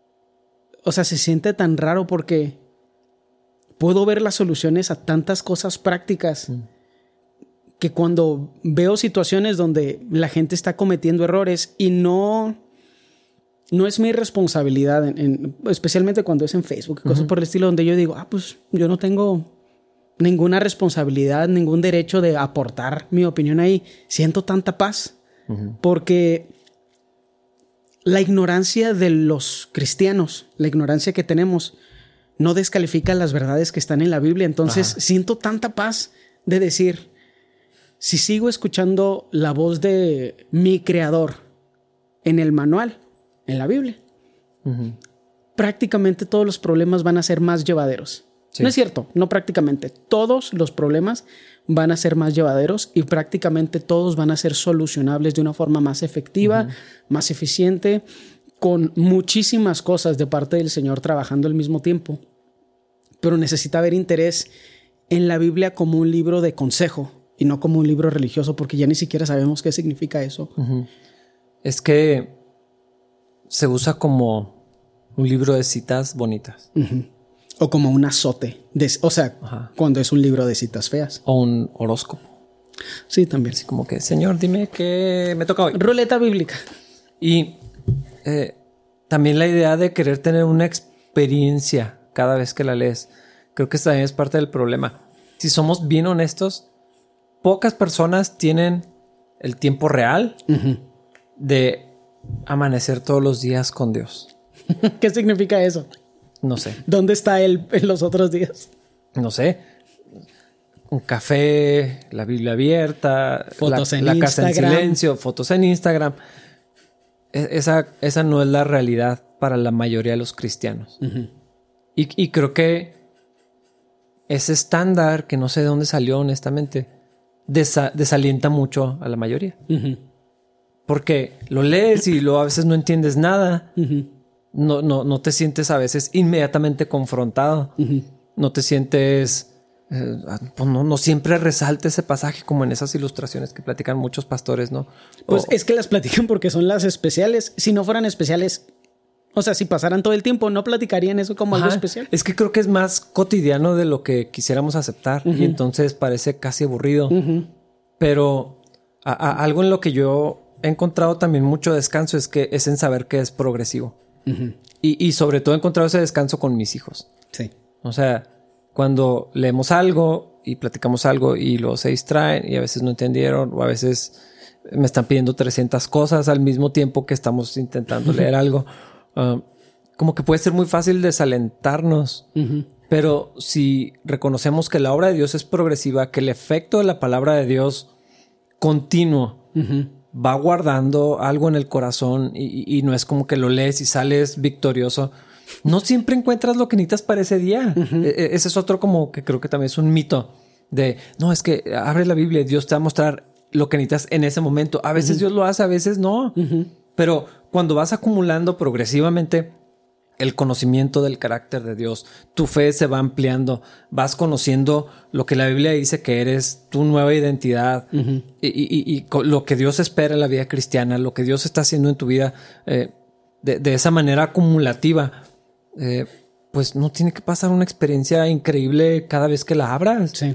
o sea, se siente tan raro porque puedo ver las soluciones a tantas cosas prácticas. Mm. Que cuando veo situaciones donde la gente está cometiendo errores y no, no es mi responsabilidad, en, en, especialmente cuando es en Facebook, uh-huh. cosas por el estilo, donde yo digo, ah, pues yo no tengo ninguna responsabilidad, ningún derecho de aportar mi opinión ahí. Siento tanta paz uh-huh. porque la ignorancia de los cristianos, la ignorancia que tenemos, no descalifica las verdades que están en la Biblia. Entonces uh-huh. siento tanta paz de decir... Si sigo escuchando la voz de mi creador en el manual, en la Biblia, uh-huh. prácticamente todos los problemas van a ser más llevaderos. Sí. No es cierto, no prácticamente. Todos los problemas van a ser más llevaderos y prácticamente todos van a ser solucionables de una forma más efectiva, uh-huh. más eficiente, con muchísimas cosas de parte del Señor trabajando al mismo tiempo. Pero necesita haber interés en la Biblia como un libro de consejo. Y no como un libro religioso, porque ya ni siquiera sabemos qué significa eso. Uh-huh. Es que se usa como un libro de citas bonitas. Uh-huh. O como un azote. De, o sea, uh-huh. cuando es un libro de citas feas. O un horóscopo. Sí, también. Así como que, Señor, dime qué me toca hoy. Ruleta bíblica. Y eh, también la idea de querer tener una experiencia cada vez que la lees. Creo que esta también es parte del problema. Si somos bien honestos, pocas personas tienen el tiempo real uh-huh. de amanecer todos los días con Dios. ¿Qué significa eso? No sé. ¿Dónde está Él en los otros días? No sé. Un café, la Biblia abierta, fotos la, en la Instagram. Casa en silencio, fotos en Instagram. Esa, esa no es la realidad para la mayoría de los cristianos. Uh-huh. Y, y creo que ese estándar, que no sé de dónde salió honestamente, Desa- desalienta mucho a la mayoría. Uh-huh. Porque lo lees y luego a veces no entiendes nada. Uh-huh. No, no, no te sientes a veces inmediatamente confrontado. Uh-huh. No te sientes... Eh, pues no, no siempre resalta ese pasaje como en esas ilustraciones que platican muchos pastores, ¿no? Pues o, es que las platican porque son las especiales. Si no fueran especiales... O sea, si pasaran todo el tiempo, ¿no platicarían eso como Ajá. algo especial? Es que creo que es más cotidiano de lo que quisiéramos aceptar. Uh-huh. Y entonces parece casi aburrido. Uh-huh. Pero a, a, algo en lo que yo he encontrado también mucho descanso es que es en saber que es progresivo. Uh-huh. Y, y sobre todo he encontrado ese descanso con mis hijos. Sí. O sea, cuando leemos algo y platicamos algo y luego se distraen y a veces no entendieron o a veces me están pidiendo trescientas cosas al mismo tiempo que estamos intentando leer algo. Uh, como que puede ser muy fácil desalentarnos. Uh-huh. Pero si reconocemos que la obra de Dios es progresiva, que el efecto de la palabra de Dios continuo uh-huh. va guardando algo en el corazón y, y no es como que lo lees y sales victorioso. No siempre encuentras lo que necesitas para ese día. Uh-huh. E- ese es otro como que creo que también es un mito de, no, es que abre la Biblia y Dios te va a mostrar lo que necesitas en ese momento. A veces uh-huh. Dios lo hace, a veces no. Uh-huh. Pero cuando vas acumulando progresivamente el conocimiento del carácter de Dios, tu fe se va ampliando, vas conociendo lo que la Biblia dice que eres, tu nueva identidad uh-huh. y, y, y lo que Dios espera en la vida cristiana, lo que Dios está haciendo en tu vida eh, de, de esa manera acumulativa. Eh, pues no tiene que pasar una experiencia increíble cada vez que la abras. Sí.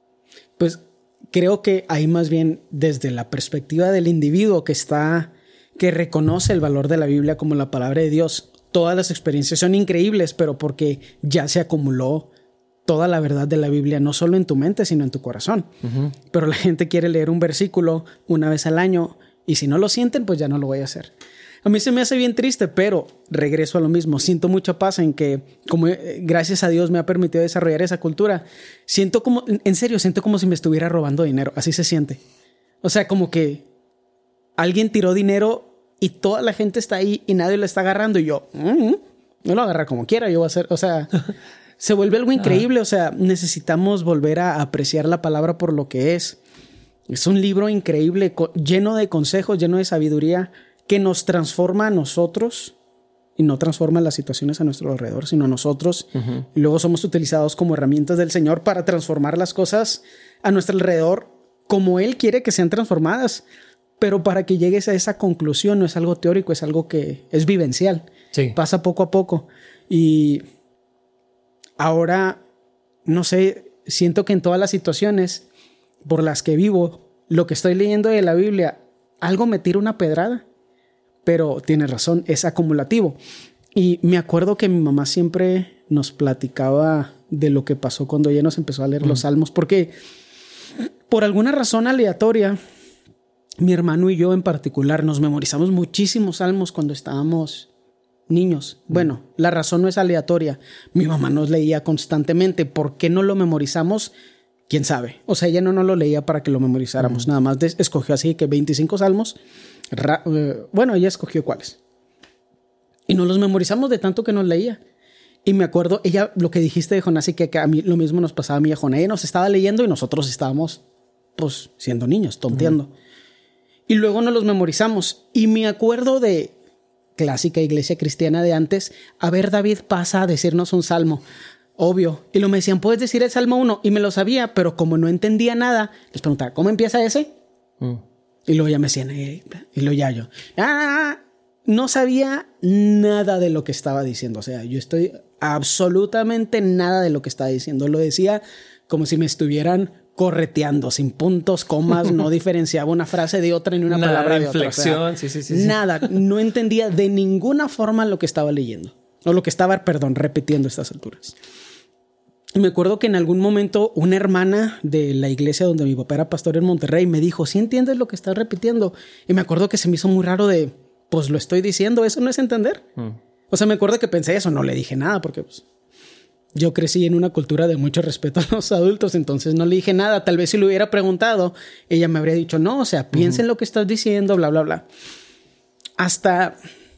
Pues creo que ahí más bien desde la perspectiva del individuo que está, que reconoce el valor de la Biblia como la palabra de Dios, todas las experiencias son increíbles, pero porque ya se acumuló toda la verdad de la Biblia, no solo en tu mente, sino en tu corazón. Uh-huh. Pero la gente quiere leer un versículo una vez al año y si no lo sienten, pues ya no lo voy a hacer. A mí se me hace bien triste, pero regreso a lo mismo. Siento mucha paz en que, como eh, gracias a Dios me ha permitido desarrollar esa cultura, siento como, en serio, siento como si me estuviera robando dinero. Así se siente. O sea, como que alguien tiró dinero y toda la gente está ahí y nadie lo está agarrando. Y yo, mm, no lo agarra como quiera. Yo voy a hacer, o sea, se vuelve algo increíble. O sea, necesitamos volver a apreciar la palabra por lo que es. Es un libro increíble, lleno de consejos, lleno de sabiduría, que nos transforma a nosotros y no transforma las situaciones a nuestro alrededor, sino a nosotros. Uh-huh. Y luego somos utilizados como herramientas del Señor para transformar las cosas a nuestro alrededor como Él quiere que sean transformadas. Pero para que llegues a esa conclusión no es algo teórico, es algo que es vivencial. Sí. Pasa poco a poco. Y ahora, no sé, siento que en todas las situaciones por las que vivo, lo que estoy leyendo de la Biblia, algo me tira una pedrada. Pero tienes razón, es acumulativo. Y me acuerdo que mi mamá siempre nos platicaba de lo que pasó cuando ella nos empezó a leer mm. los salmos. Porque por alguna razón aleatoria, mi hermano y yo en particular nos memorizamos muchísimos salmos cuando estábamos niños. Mm. Bueno, la razón no es aleatoria. Mi mamá nos leía constantemente. ¿Por qué no lo memorizamos? ¿Quién sabe? O sea, ella no nos lo leía para que lo memorizáramos. Mm. Nada más de- escogió así que veinticinco salmos. Ra- uh, bueno, ella escogió cuáles. Y nos los memorizamos de tanto que nos leía. Y me acuerdo, ella, lo que dijiste de Jonás y que, que a mí lo mismo nos pasaba a mí y a Jonás. Ella nos estaba leyendo y nosotros estábamos, pues, siendo niños, tonteando. Uh-huh. Y luego nos los memorizamos. Y me acuerdo de clásica iglesia cristiana de antes. A ver, David, pasa a decirnos un salmo. Obvio. Y lo me decían, ¿puedes decir el Salmo uno? Y me lo sabía, pero como no entendía nada, les preguntaba, ¿cómo empieza ese? Mm. Y luego ya me decían, eh, y luego ya yo, ah, no sabía nada de lo que estaba diciendo. O sea, yo estoy absolutamente nada de lo que estaba diciendo. Lo decía como si me estuvieran correteando, sin puntos, comas, no diferenciaba una frase de otra ni una nada palabra de, de otra. O sea, sí, sí, sí, nada, sí. No entendía de ninguna forma lo que estaba leyendo. O lo que estaba, perdón, repitiendo a estas alturas. Y me acuerdo que en algún momento una hermana de la iglesia donde mi papá era pastor en Monterrey me dijo, ¿sí entiendes lo que estás repitiendo? Y me acuerdo que se me hizo muy raro de, pues lo estoy diciendo, ¿eso no es entender? Mm. O sea, me acuerdo que pensé eso, no le dije nada porque pues, yo crecí en una cultura de mucho respeto a los adultos, entonces no le dije nada. Tal vez si le hubiera preguntado, ella me habría dicho, no, o sea, piensa mm. en lo que estás diciendo, bla, bla, bla. Hasta,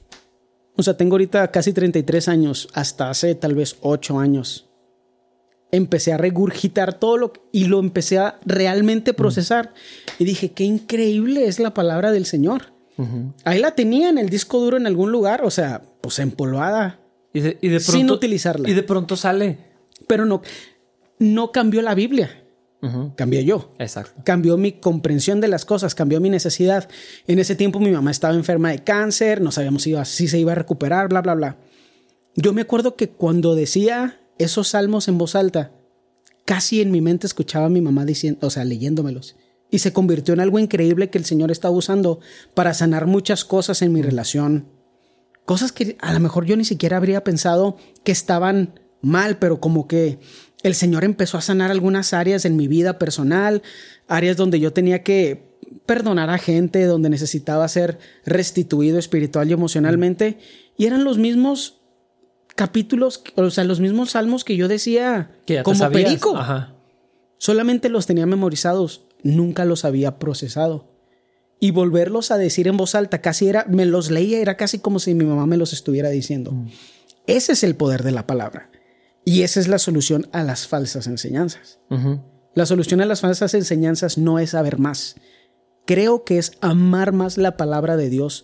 o sea, tengo ahorita casi treinta y tres años, hasta hace tal vez ocho años. Empecé a regurgitar todo lo que, y lo empecé a realmente procesar. Mm. Y dije, qué increíble es la palabra del Señor. Uh-huh. Ahí la tenía en el disco duro en algún lugar, o sea, pues empolvada. Y de, y de pronto, sin utilizarla. Y de pronto sale. Pero no, no cambió la Biblia. Uh-huh. Cambié yo. Exacto. Cambió mi comprensión de las cosas, cambió mi necesidad. En ese tiempo mi mamá estaba enferma de cáncer, no sabíamos si, iba, si se iba a recuperar, bla, bla, bla. Yo me acuerdo que cuando decía esos salmos en voz alta, casi en mi mente escuchaba a mi mamá diciendo, o sea, leyéndomelos. y se convirtió en algo increíble que el Señor está usando para sanar muchas cosas en mi relación. Cosas que a lo mejor yo ni siquiera habría pensado que estaban mal, pero como que el Señor empezó a sanar algunas áreas en mi vida personal, áreas donde yo tenía que perdonar a gente, donde necesitaba ser restituido espiritual y emocionalmente. Y eran los mismos capítulos, o sea, los mismos salmos que yo decía que ya como perico. Ajá. Solamente los tenía memorizados, nunca los había procesado. Y volverlos a decir en voz alta, casi era, me los leía, era casi como si mi mamá me los estuviera diciendo. Mm. Ese es el poder de la palabra. Y esa es la solución a las falsas enseñanzas. Uh-huh. La solución a las falsas enseñanzas no es saber más. Creo que es amar más la palabra de Dios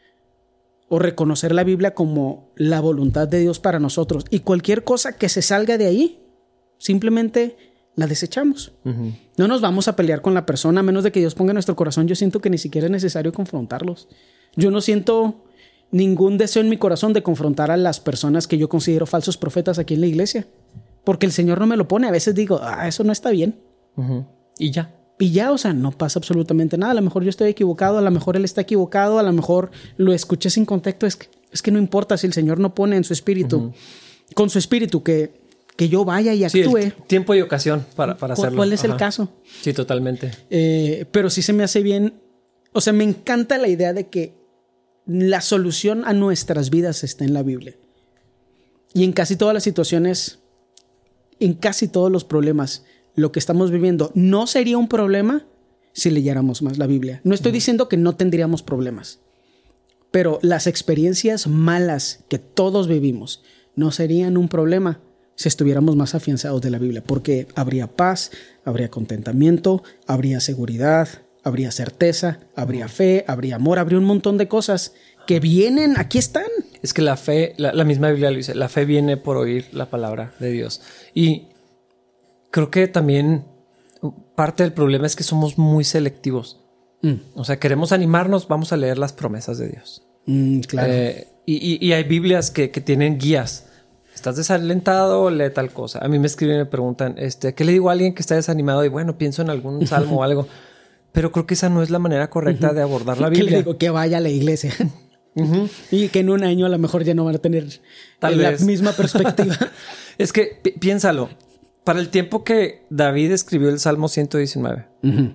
o reconocer la Biblia como la voluntad de Dios para nosotros. Y cualquier cosa que se salga de ahí, simplemente la desechamos. Uh-huh. No nos vamos a pelear con la persona a menos de que Dios ponga en nuestro corazón. Yo siento que ni siquiera es necesario confrontarlos. Yo no siento ningún deseo en mi corazón de confrontar a las personas que yo considero falsos profetas aquí en la iglesia. Porque el Señor no me lo pone. A veces digo, ah, eso no está bien. Uh-huh. Y ya. Y ya, o sea, no pasa absolutamente nada. A lo mejor yo estoy equivocado, a lo mejor él está equivocado, a lo mejor lo escuché sin contexto. Es que, es que no importa si el Señor no pone en su espíritu, uh-huh. con su espíritu, que... que yo vaya y actúe. Sí, tiempo y ocasión para, para hacerlo. ¿Cuál es Ajá. el caso? Sí, totalmente. Eh, pero sí se me hace bien. O sea, me encanta la idea de que la solución a nuestras vidas está en la Biblia. Y en casi todas las situaciones, en casi todos los problemas, lo que estamos viviendo no sería un problema si leyéramos más la Biblia. No estoy diciendo que no tendríamos problemas, pero las experiencias malas que todos vivimos no serían un problema si estuviéramos más afianzados de la Biblia, porque habría paz, habría contentamiento, habría seguridad, habría certeza, habría fe, habría amor, habría un montón de cosas que vienen, aquí están. Es que la fe, la, la misma Biblia lo dice, la fe viene por oír la palabra de Dios. Y creo que también parte del problema es que somos muy selectivos. Mm. O sea, queremos animarnos, vamos a leer las promesas de Dios. Mm, claro. Eh, y, y, y hay Biblias que, que tienen guías. ¿Estás desalentado? Lee tal cosa. A mí me escriben y me preguntan, este, ¿qué le digo a alguien que está desanimado? Y bueno, pienso en algún salmo o algo. Pero creo que esa no es la manera correcta uh-huh. de abordar la Biblia. ¿Qué le digo? Que vaya a la iglesia. Uh-huh. Y que en un año a lo mejor ya no van a tener Tal la vez. misma perspectiva. Es que pi- piénsalo. Para el tiempo que David escribió el Salmo ciento diecinueve. Uh-huh.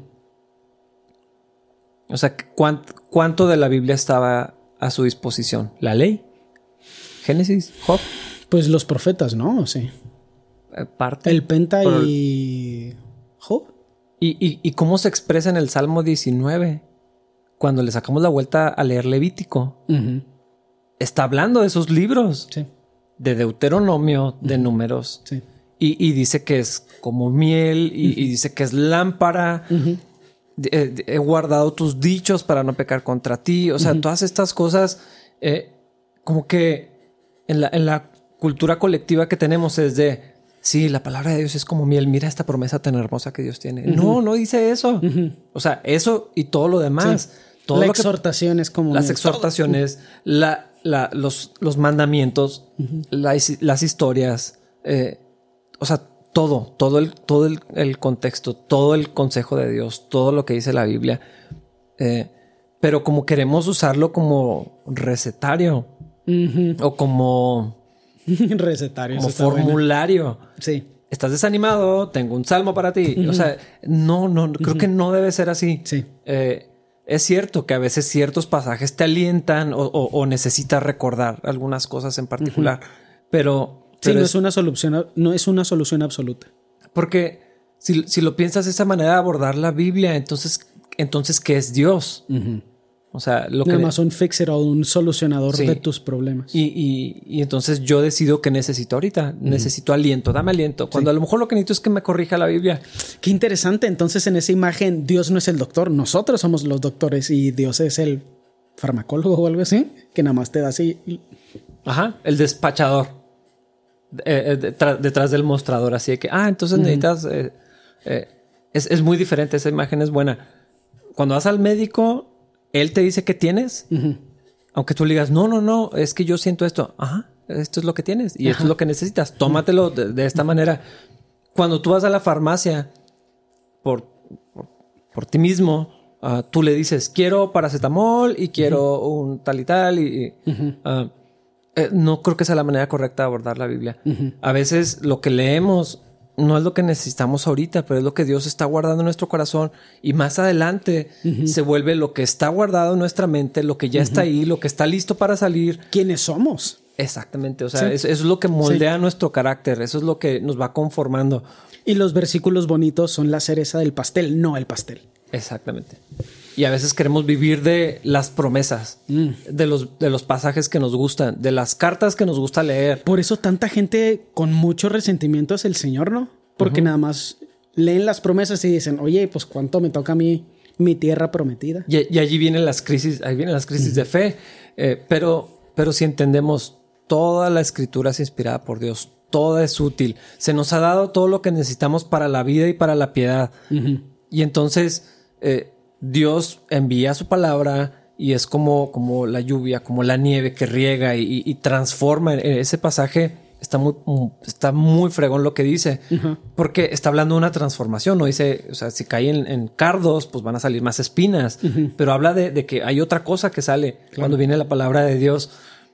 O sea, ¿cuánt- ¿cuánto de la Biblia estaba a su disposición? ¿La ley? ¿Génesis? ¿Job? Pues los profetas, ¿no? Sí. Parte. El Penta y Job. ¿Y, y, ¿Y cómo se expresa en el Salmo diecinueve? Cuando le sacamos la vuelta a leer Levítico. Uh-huh. Está hablando de esos libros. Sí. De Deuteronomio, de uh-huh. Números. Sí. Y, y dice que es como miel. Y, uh-huh. y dice que es lámpara. Uh-huh. de, de, he guardado tus dichos para no pecar contra ti. O sea, uh-huh. todas estas cosas eh, como que en la, en la cultura colectiva que tenemos es de, sí, la palabra de Dios es como miel. Mira esta promesa tan hermosa que Dios tiene. Uh-huh. No, no dice eso. Uh-huh. O sea, eso y todo lo demás. Sí. Todo la lo que, exhortación es como... Las miel. exhortaciones, la, la, los, los mandamientos, uh-huh. la, las historias, eh, o sea, todo, todo, el, todo el, el contexto, todo el consejo de Dios, todo lo que dice la Biblia. Eh, pero como queremos usarlo como recetario uh-huh. o como... recetario. Como formulario. Bueno. Sí. Estás desanimado, tengo un salmo para ti. Uh-huh. O sea, no, no, creo uh-huh. que no debe ser así. Sí. Eh, es cierto que a veces ciertos pasajes te alientan o, o, o necesitas recordar algunas cosas en particular, uh-huh. pero, sí, pero no es, es una solución, no es una solución absoluta. Porque si, si lo piensas de esa manera de abordar la Biblia, entonces, entonces ¿qué es Dios? Uh-huh. O sea, lo Nada que... más un fixer o un solucionador sí. de tus problemas. Y, y, y entonces yo decido qué necesito ahorita. Uh-huh. Necesito aliento, dame aliento. Cuando sí. a lo mejor lo que necesito es que me corrija la Biblia. Qué interesante. Entonces en esa imagen Dios no es el doctor. Nosotros somos los doctores y Dios es el farmacólogo o algo así. Que nada más te da así. Ajá, el despachador. Eh, detrás, detrás del mostrador. Así de que, ah, entonces uh-huh. necesitas... Eh, eh, es, es muy diferente. Esa imagen es buena. Cuando vas al médico... Él te dice qué tienes, uh-huh. aunque tú le digas, no, no, no, es que yo siento esto. Ajá, esto es lo que tienes y Ajá. esto es lo que necesitas. Tómatelo de, de esta uh-huh. manera. Cuando tú vas a la farmacia, por, por, por ti mismo, uh, tú le dices, quiero paracetamol y quiero uh-huh. un tal y tal. Y, uh-huh. uh, eh, no creo que sea la manera correcta de abordar la Biblia. Uh-huh. A veces lo que leemos no es lo que necesitamos ahorita, pero es lo que Dios está guardando en nuestro corazón. Y más adelante uh-huh. se vuelve lo que está guardado en nuestra mente, lo que ya uh-huh. está ahí, lo que está listo para salir. ¿Quiénes somos? Exactamente. O sea, sí. eso, eso es lo que moldea sí. nuestro carácter. Eso es lo que nos va conformando. Y los versículos bonitos son la cereza del pastel, no el pastel. Exactamente. Y a veces queremos vivir de las promesas, mm. de los, de los pasajes que nos gustan, de las cartas que nos gusta leer. Por eso tanta gente con mucho resentimiento hacia el Señor, ¿no? Porque uh-huh. nada más leen las promesas y dicen, oye, pues ¿cuánto me toca a mí mi tierra prometida? Y, y allí vienen las crisis, ahí vienen las crisis uh-huh. de fe. Eh, pero, pero si entendemos, toda la escritura es inspirada por Dios. Toda es útil. Se nos ha dado todo lo que necesitamos para la vida y para la piedad. Uh-huh. Y entonces eh, Dios envía su palabra y es como, como la lluvia, como la nieve que riega y, y transforma. Ese pasaje está muy, está muy fregón lo que dice. Uh-huh. Porque está hablando de una transformación. No dice, o sea, si caen en, en cardos, pues van a salir más espinas. Uh-huh. Pero habla de, de que hay otra cosa que sale claro. cuando viene la palabra de Dios.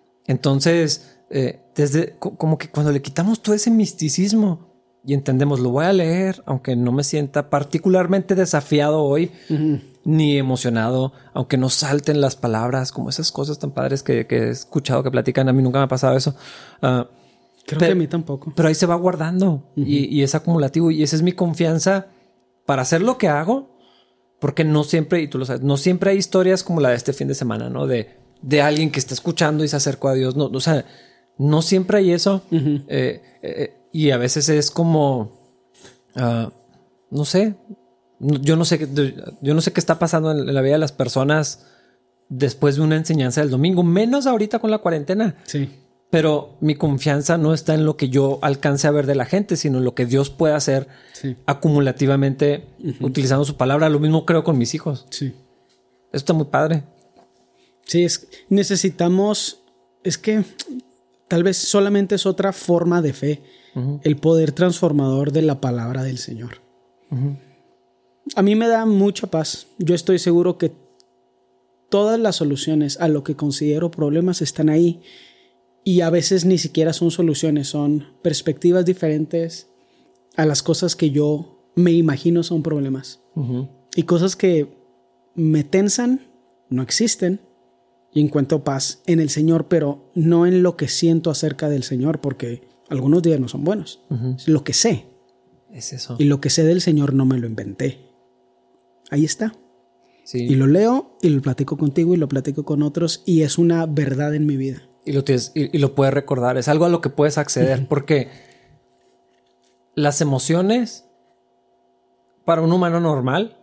Entonces, eh, desde como que cuando le quitamos todo ese misticismo y entendemos, lo voy a leer, aunque no me sienta particularmente desafiado hoy, uh-huh. ni emocionado, aunque no salten las palabras, como esas cosas tan padres que, que he escuchado que platican. A mí nunca me ha pasado eso. Uh, Creo pero, que a mí tampoco. Pero ahí se va guardando uh-huh. y, y es acumulativo. Y esa es mi confianza para hacer lo que hago, porque no siempre, y tú lo sabes, no siempre hay historias como la de este fin de semana, ¿no? De, de alguien que está escuchando y se acercó a Dios. No, o sea, no siempre hay eso. Uh-huh. Eh, eh, Y a veces es como, uh, no sé, yo no sé, yo no sé qué está pasando en la vida de las personas después de una enseñanza del domingo, menos ahorita con la cuarentena. Sí. Pero mi confianza no está en lo que yo alcance a ver de la gente, sino en lo que Dios puede hacer sí. acumulativamente uh-huh. utilizando su palabra. Lo mismo creo con mis hijos. Sí. Eso está muy padre. Sí, es, necesitamos, es que tal vez solamente es otra forma de fe. Uh-huh. El poder transformador de la palabra del Señor. Uh-huh. A mí me da mucha paz. Yo estoy seguro que todas las soluciones a lo que considero problemas están ahí. Y a veces ni siquiera son soluciones, son perspectivas diferentes a las cosas que yo me imagino son problemas. Uh-huh. Y cosas que me tensan, no existen. Y encuentro paz en el Señor, pero no en lo que siento acerca del Señor, porque algunos días no son buenos. Uh-huh. Es lo que sé. Es eso. Y lo que sé del Señor no me lo inventé. Ahí está. Sí. Y lo leo y lo platico contigo y lo platico con otros y es una verdad en mi vida. Y lo, tienes, y, y lo puedes recordar. Es algo a lo que puedes acceder. Uh-huh. Porque las emociones para un humano normal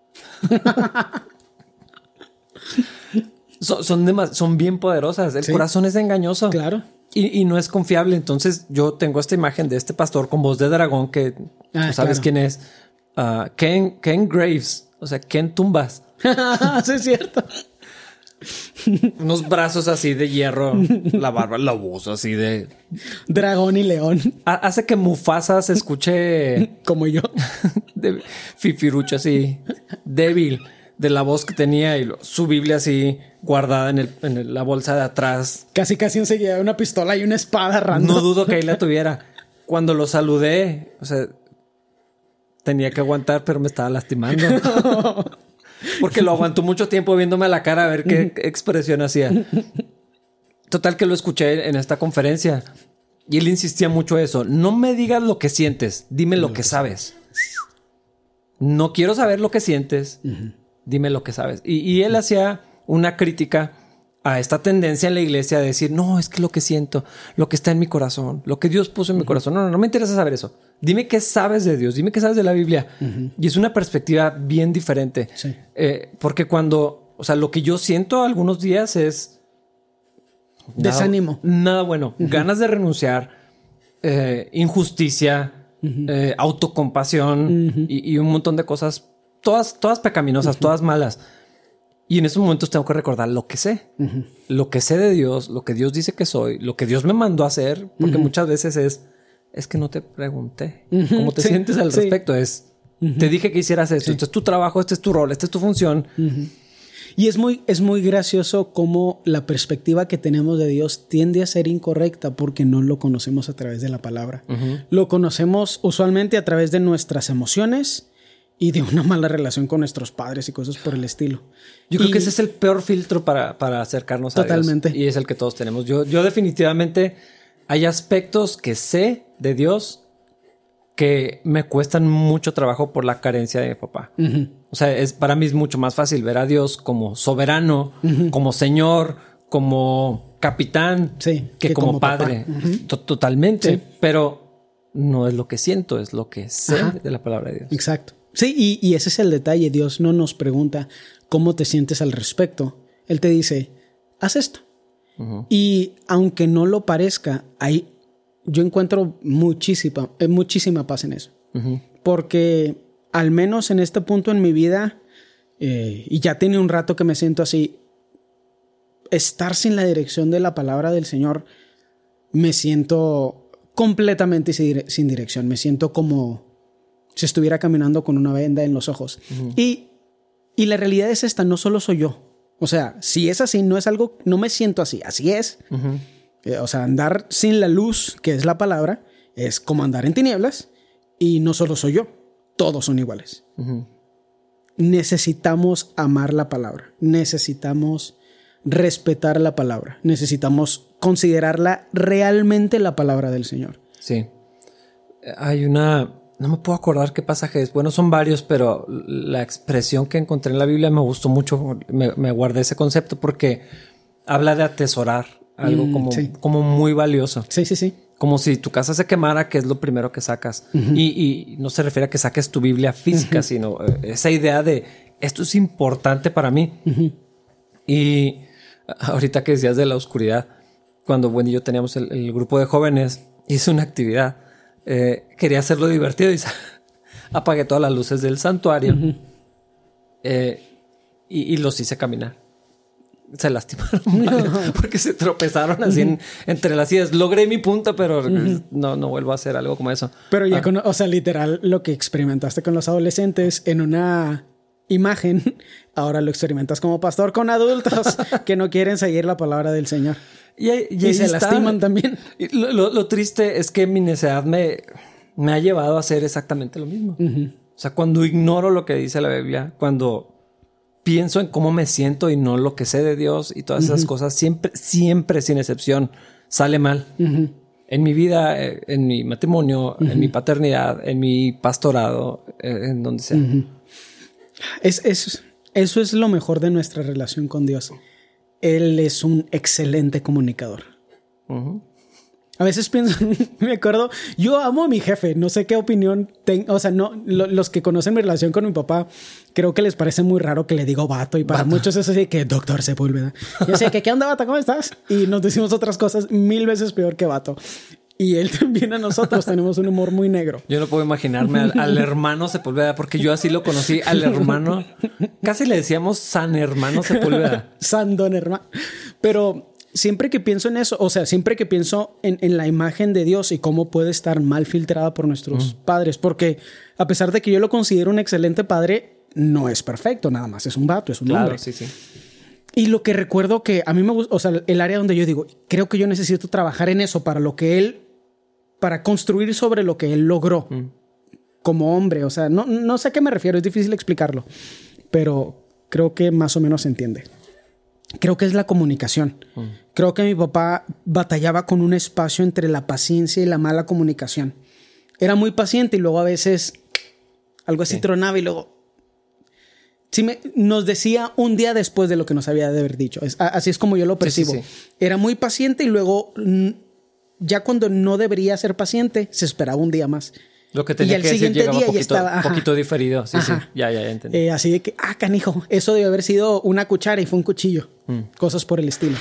son, son, demas, son bien poderosas. El sí. corazón es engañoso. Claro. Y, y no es confiable. Entonces yo tengo esta imagen de este pastor con voz de dragón que ah, tú sabes claro. quién es. Uh, Ken, Ken Graves. O sea, Ken Tumbas. Sí, es cierto. Unos brazos así de hierro. La barba, la voz así de... Dragón y león. Hace que Mufasa se escuche... Como yo. De fifirucho así. Débil. De la voz que tenía y su Biblia así guardada en, el, en el, la bolsa de atrás. Casi casi enseguida una pistola y una espada random. No dudo que ahí la tuviera. Cuando lo saludé, o sea, tenía que aguantar, pero me estaba lastimando. Porque lo aguantó mucho tiempo viéndome a la cara a ver qué expresión hacía. Total que lo escuché en esta conferencia y él insistía mucho eso. No me digas lo que sientes, dime lo que sabes. No quiero saber lo que sientes. Uh-huh. Dime lo que sabes. Y, y él hacía una crítica a esta tendencia en la iglesia de decir, no, es que lo que siento, lo que está en mi corazón, lo que Dios puso en uh-huh. mi corazón. No, no, no me interesa saber eso. Dime qué sabes de Dios, dime qué sabes de la Biblia. Uh-huh. Y es una perspectiva bien diferente. Sí. Eh, porque cuando, o sea, lo que yo siento algunos días es... Nada, desánimo. Nada bueno. Uh-huh. Ganas de renunciar, eh, injusticia, uh-huh. eh, autocompasión uh-huh. y, y un montón de cosas. Todas, todas pecaminosas, uh-huh. todas malas. Y en esos momentos tengo que recordar lo que sé. Uh-huh. Lo que sé de Dios, lo que Dios dice que soy, lo que Dios me mandó a hacer. Porque uh-huh. muchas veces es, es que no te pregunté. Uh-huh. ¿Cómo te sí, sientes al sí. respecto? Es, Uh-huh. Te dije que hicieras esto. Sí. Este es tu trabajo, este es tu rol, esta es tu función. Uh-huh. Y es muy, es muy gracioso cómo la perspectiva que tenemos de Dios tiende a ser incorrecta porque no lo conocemos a través de la palabra. Uh-huh. Lo conocemos usualmente a través de nuestras emociones y de una mala relación con nuestros padres y cosas por el estilo. Yo creo y, que ese es el peor filtro para, para acercarnos a totalmente. Dios. Y es el que todos tenemos. Yo, yo definitivamente hay aspectos que sé de Dios que me cuestan mucho trabajo por la carencia de mi papá. Uh-huh. O sea, es, para mí es mucho más fácil ver a Dios como soberano, uh-huh. como Señor, como capitán, sí, que, que como, como padre. Uh-huh. T- totalmente. Sí. Pero no es lo que siento, es lo que sé uh-huh. de la palabra de Dios. Exacto. Sí, y, y ese es el detalle. Dios no nos pregunta cómo te sientes al respecto. Él te dice, haz esto. Uh-huh. Y aunque no lo parezca, hay... Yo encuentro muchísima, muchísima paz en eso. Uh-huh. Porque al menos en este punto en mi vida, eh, y ya tiene un rato que me siento así, estar sin la dirección de la palabra del Señor, me siento completamente sin dirección. Me siento como si estuviera caminando con una venda en los ojos. Uh-huh. Y, y la realidad es esta, no solo soy yo. O sea, si es así, no es algo, no me siento así, así es. Uh-huh. O sea, andar sin la luz, que es la palabra, es como andar en tinieblas. Y no solo soy yo, todos son iguales. Uh-huh. Necesitamos amar la palabra. Necesitamos respetar la palabra. Necesitamos considerarla realmente la palabra del Señor. Sí. Hay una... No me puedo acordar qué pasaje es. Bueno, son varios, pero la expresión que encontré en la Biblia me gustó mucho. Me, me guardé ese concepto porque habla de atesorar algo mm, como, sí. como muy valioso. Sí, sí, sí. Como si tu casa se quemara, que es lo primero que sacas. Uh-huh. Y, y no se refiere a que saques tu Biblia física, uh-huh. sino esa idea de esto es importante para mí. Uh-huh. Y ahorita que decías de la oscuridad, cuando Wendy y yo teníamos el, el grupo de jóvenes, hice una actividad. Eh, quería hacerlo divertido y apagué todas las luces del santuario uh-huh. eh, y, y los hice caminar. Se lastimaron no. porque se tropezaron así uh-huh. en, entre las sillas. Logré mi punto, pero uh-huh. no, no vuelvo a hacer algo como eso. Pero ya ah. con, o sea, literal, lo que experimentaste con los adolescentes en una imagen, ahora lo experimentas como pastor con adultos que no quieren seguir la palabra del Señor. Y, y, y se está. lastiman también. Lo, lo, lo triste es que mi necedad me, me ha llevado a hacer exactamente lo mismo. Uh-huh. O sea, cuando ignoro lo que dice la Biblia, cuando pienso en cómo me siento y no lo que sé de Dios y todas uh-huh. esas cosas, siempre, siempre, sin excepción, sale mal. Uh-huh. En mi vida, en mi matrimonio, uh-huh. en mi paternidad, en mi pastorado, en donde sea. Uh-huh. Es, es, eso es lo mejor de nuestra relación con Dios. Él es un excelente comunicador. Uh-huh. A veces pienso, me acuerdo, yo amo a mi jefe, no sé qué opinión tengo, o sea, no, lo, los que conocen mi relación con mi papá, creo que les parece muy raro que le digo vato y para vato. Muchos es así que doctor Sepúlveda. Yo sé que, ¿qué onda, vato? ¿Cómo estás? Y nos decimos otras cosas mil veces peor que vato. Y él también a nosotros tenemos un humor muy negro. Yo no puedo imaginarme al, al hermano Sepúlveda, porque yo así lo conocí, al hermano. Casi le decíamos San Hermano Sepúlveda. San Don Hermano. Pero siempre que pienso en eso, o sea, siempre que pienso en, en la imagen de Dios y cómo puede estar mal filtrada por nuestros mm. padres, porque a pesar de que yo lo considero un excelente padre, no es perfecto, nada más es un vato, es un claro, hombre. Sí, sí. Y lo que recuerdo que a mí me gusta, o sea, el área donde yo digo, creo que yo necesito trabajar en eso para lo que él... para construir sobre lo que él logró mm. como hombre. O sea, no, no sé a qué me refiero, es difícil explicarlo, pero creo que más o menos se entiende. Creo que es la comunicación. Mm. Creo que mi papá batallaba con un espacio entre la paciencia y la mala comunicación. Era muy paciente y luego a veces algo así sí. tronaba y luego sí me, nos decía un día después de lo que nos había de haber dicho. Es, así es como yo lo percibo. Sí, sí, sí. Era muy paciente y luego... ya cuando no debería ser paciente, se esperaba un día más. Lo que tenía y el que siguiente decir día poquito, ya estaba... Un poquito diferido. Sí, ajá. sí. Ya, ya, ya entendí. Eh, así de que, ah, canijo, eso debe haber sido una cuchara y fue un cuchillo. Mm. Cosas por el estilo.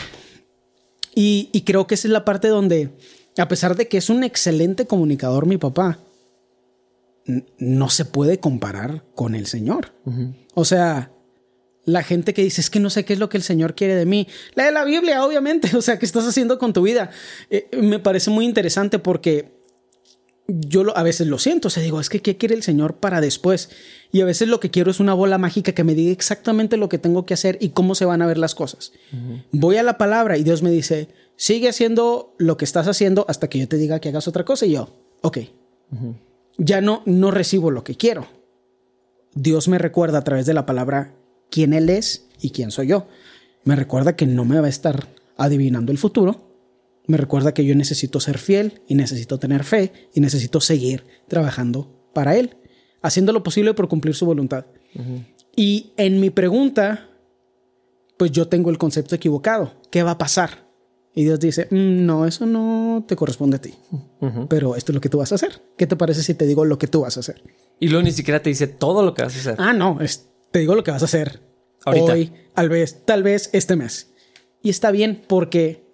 Y, y creo que esa es la parte donde, a pesar de que es un excelente comunicador mi papá, n- no se puede comparar con el Señor. Uh-huh. O sea... La gente que dice, es que no sé qué es lo que el Señor quiere de mí. Lee la Biblia, obviamente. O sea, ¿qué estás haciendo con tu vida? Eh, me parece muy interesante porque yo lo, a veces lo siento, o sea, digo, es que ¿qué quiere el Señor para después? Y a veces lo que quiero es una bola mágica que me diga exactamente lo que tengo que hacer y cómo se van a ver las cosas. Uh-huh. Voy a la palabra y Dios me dice, sigue haciendo lo que estás haciendo hasta que yo te diga que hagas otra cosa. Y yo, ok, uh-huh. ya no, no recibo lo que quiero. Dios me recuerda a través de la palabra quién Él es y quién soy yo. Me recuerda que no me va a estar adivinando el futuro. Me recuerda que yo necesito ser fiel y necesito tener fe y necesito seguir trabajando para Él, haciendo lo posible por cumplir su voluntad. Uh-huh. Y en mi pregunta, pues yo tengo el concepto equivocado. ¿Qué va a pasar? Y Dios dice, mm, no, eso no te corresponde a ti. Uh-huh. Pero esto es lo que tú vas a hacer. ¿Qué te parece si te digo lo que tú vas a hacer? Y luego ni siquiera te dice todo lo que vas a hacer. Ah, no, es, te digo lo que vas a hacer. Ahorita. Hoy, tal vez, tal vez este mes. Y está bien porque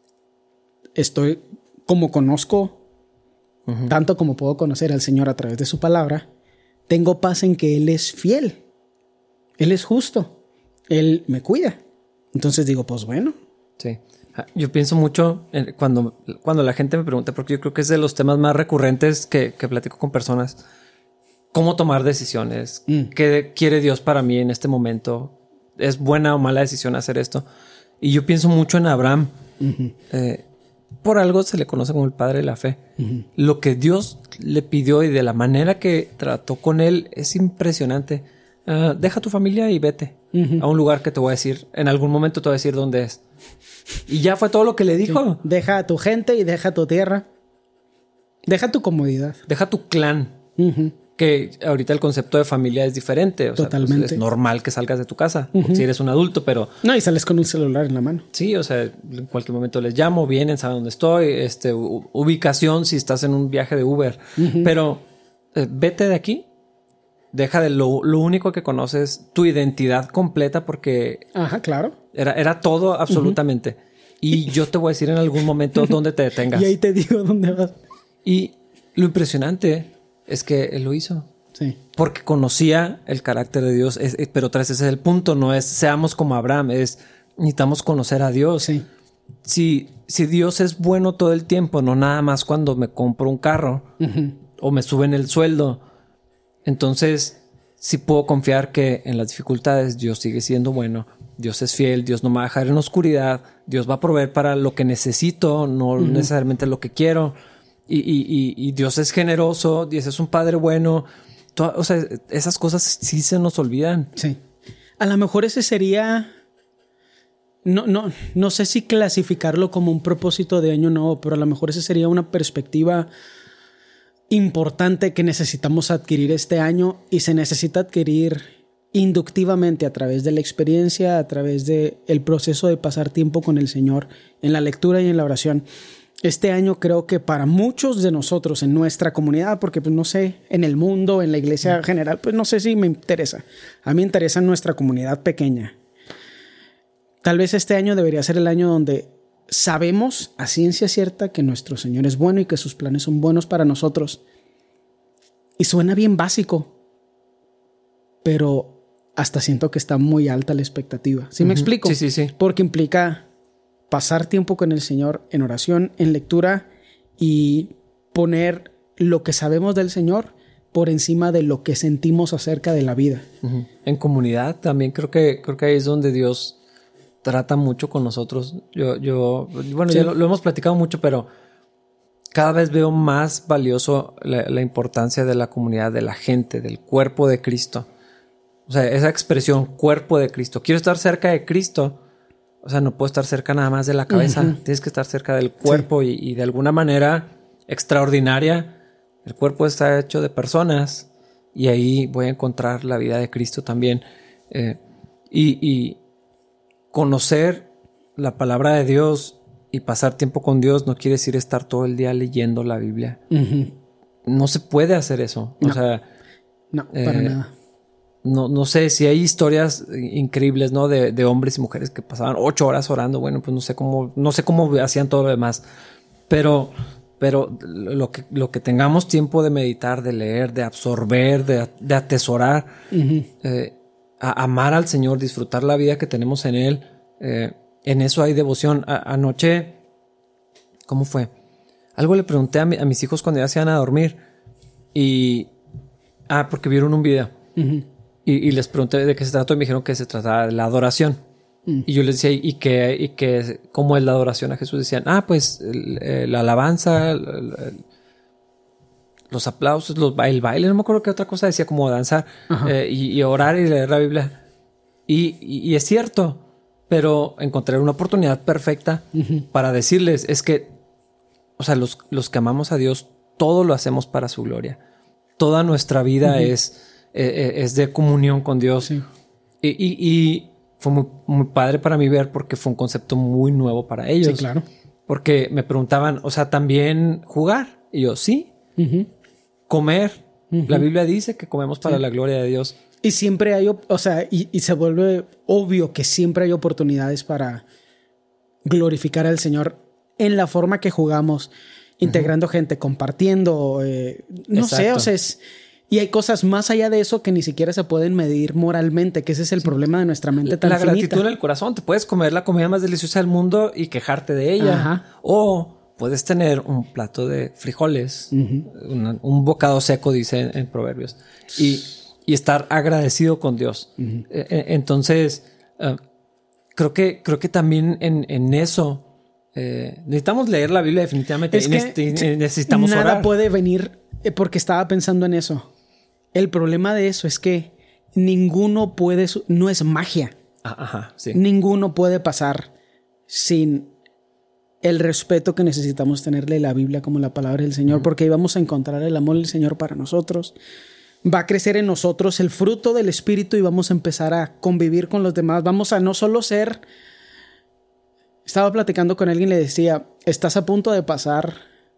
estoy, como conozco, uh-huh. tanto como puedo conocer al Señor a través de su palabra, tengo paz en que Él es fiel. Él es justo. Él me cuida. Entonces digo, pues bueno. Sí. Yo pienso mucho en cuando, cuando la gente me pregunta, porque yo creo que es de los temas más recurrentes que, que platico con personas, cómo tomar decisiones, mm. qué quiere Dios para mí en este momento, es buena o mala decisión hacer esto. Y yo pienso mucho en Abraham. Uh-huh. Eh, por algo se le conoce como el padre de la fe. Uh-huh. Lo que Dios le pidió y de la manera que trató con él es impresionante. Uh, deja tu familia y vete uh-huh. a un lugar que te voy a decir. En algún momento te voy a decir dónde es. Y ya fue todo lo que le dijo. Sí. Deja a tu gente y deja tu tierra. Deja tu comodidad. Deja tu clan. Uh-huh. Que ahorita el concepto de familia es diferente. O Totalmente. Sea, pues es normal que salgas de tu casa uh-huh. si eres un adulto, pero... No, y sales con un celular en la mano. Sí, o sea, en cualquier momento les llamo, vienen, saben dónde estoy, este, u- ubicación si estás en un viaje de Uber. Uh-huh. Pero eh, vete de aquí, deja de lo, lo único que conoces, tu identidad completa, porque... Ajá, claro. Era, era todo absolutamente. Uh-huh. Y yo te voy a decir en algún momento dónde te detengas. Y ahí te digo dónde vas. Y lo impresionante es que él lo hizo. Sí. Porque conocía el carácter de Dios. Es, es, pero tras ese es el punto. No es seamos como Abraham. Es necesitamos conocer a Dios. Sí. Si, si Dios es bueno todo el tiempo, no nada más cuando me compro un carro uh-huh. o me suben el sueldo, entonces sí puedo confiar que en las dificultades Dios sigue siendo bueno. Dios es fiel. Dios no me va a dejar en oscuridad. Dios va a proveer para lo que necesito, no uh-huh. necesariamente lo que quiero. Y, y, y, y Dios es generoso, Dios es un padre bueno. Todo, o sea, esas cosas sí se nos olvidan. Sí. A lo mejor ese sería... No, no, no sé si clasificarlo como un propósito de año nuevo, pero a lo mejor esa sería una perspectiva importante que necesitamos adquirir este año y se necesita adquirir inductivamente a través de la experiencia, a través del proceso de pasar tiempo con el Señor en la lectura y en la oración. Este año creo que para muchos de nosotros en nuestra comunidad, porque pues no sé, en el mundo, en la iglesia en general, pues no sé si me interesa. A mí me interesa nuestra comunidad pequeña. Tal vez este año debería ser el año donde sabemos a ciencia cierta que nuestro Señor es bueno y que sus planes son buenos para nosotros. Y suena bien básico, pero hasta siento que está muy alta la expectativa. ¿Sí uh-huh. me explico? Sí, sí, sí. Porque implica pasar tiempo con el Señor en oración, en lectura y poner lo que sabemos del Señor por encima de lo que sentimos acerca de la vida. Uh-huh. En comunidad también creo que, creo que ahí es donde Dios trata mucho con nosotros. Yo, yo, bueno, sí. ya lo, lo hemos platicado mucho, pero cada vez veo más valioso la, la importancia de la comunidad, de la gente, del cuerpo de Cristo. O sea, esa expresión, cuerpo de Cristo. Quiero estar cerca de Cristo. O sea, no puedo estar cerca nada más de la cabeza. Uh-huh. Tienes que estar cerca del cuerpo sí. y, y de alguna manera extraordinaria. El cuerpo está hecho de personas y ahí voy a encontrar la vida de Cristo también. Eh, y, y conocer la palabra de Dios y pasar tiempo con Dios no quiere decir estar todo el día leyendo la Biblia. Uh-huh. No se puede hacer eso. No. O sea, no, para eh, nada. No, no sé si hay historias increíbles, ¿no? De, de hombres y mujeres que pasaban ocho horas orando. Bueno, pues no sé cómo, no sé cómo hacían todo lo demás. Pero, pero lo que, lo que tengamos tiempo de meditar, de leer, de absorber, de, de atesorar, uh-huh. eh, a, amar al Señor, disfrutar la vida que tenemos en Él, eh, en eso hay devoción. A, anoche, ¿cómo fue? algo le pregunté a, mi, a mis hijos cuando ya se iban a dormir. Y... Ah, porque vieron un video. Uh-huh. Y, y les pregunté de qué se trató y me dijeron que se trataba de la adoración. Uh-huh. Y yo les decía, ¿y qué, y qué, cómo es la adoración a Jesús? Decían, ah, pues el, el, la alabanza, el, el, los aplausos, los, el baile, no me acuerdo qué otra cosa decía, como danzar uh-huh. eh, y, y orar y leer la Biblia. Y, y, y es cierto, pero encontré una oportunidad perfecta uh-huh. para decirles, es que, o sea, los, los que amamos a Dios, todo lo hacemos para su gloria. Toda nuestra vida uh-huh. es, eh, es de comunión con Dios. Sí. Y, y, y fue muy, muy padre para mí ver porque fue un concepto muy nuevo para ellos. Sí, claro. Porque me preguntaban, o sea, ¿también jugar? Y yo, sí. Uh-huh. Comer. Uh-huh. La Biblia dice que comemos para sí. la gloria de Dios. Y siempre hay, o sea, y, y se vuelve obvio que siempre hay oportunidades para glorificar al Señor en la forma que jugamos, integrando uh-huh. gente, compartiendo, eh, no Exacto. sé, o sea, es, y hay cosas más allá de eso que ni siquiera se pueden medir moralmente, que ese es el sí. problema de nuestra mente tan La finita. gratitud en el corazón. Te puedes comer la comida más deliciosa del mundo y quejarte de ella. Ajá. O puedes tener un plato de frijoles, uh-huh. una, un bocado seco, dice en, en Proverbios, y, y estar agradecido con Dios. Uh-huh. Eh, entonces, uh, creo que, creo que también en, en eso eh, necesitamos leer la Biblia definitivamente. Es y que nece- necesitamos nada orar. puede venir eh, porque estaba pensando en eso. El problema de eso es que ninguno puede, no es magia. Ajá, sí. Ninguno puede pasar sin el respeto que necesitamos tenerle a la Biblia como la palabra del Señor, uh-huh. porque ahí vamos a encontrar el amor del Señor para nosotros. Va a crecer en nosotros el fruto del Espíritu y vamos a empezar a convivir con los demás. Vamos a no solo ser... Estaba platicando con alguien y le decía, estás a punto de pasar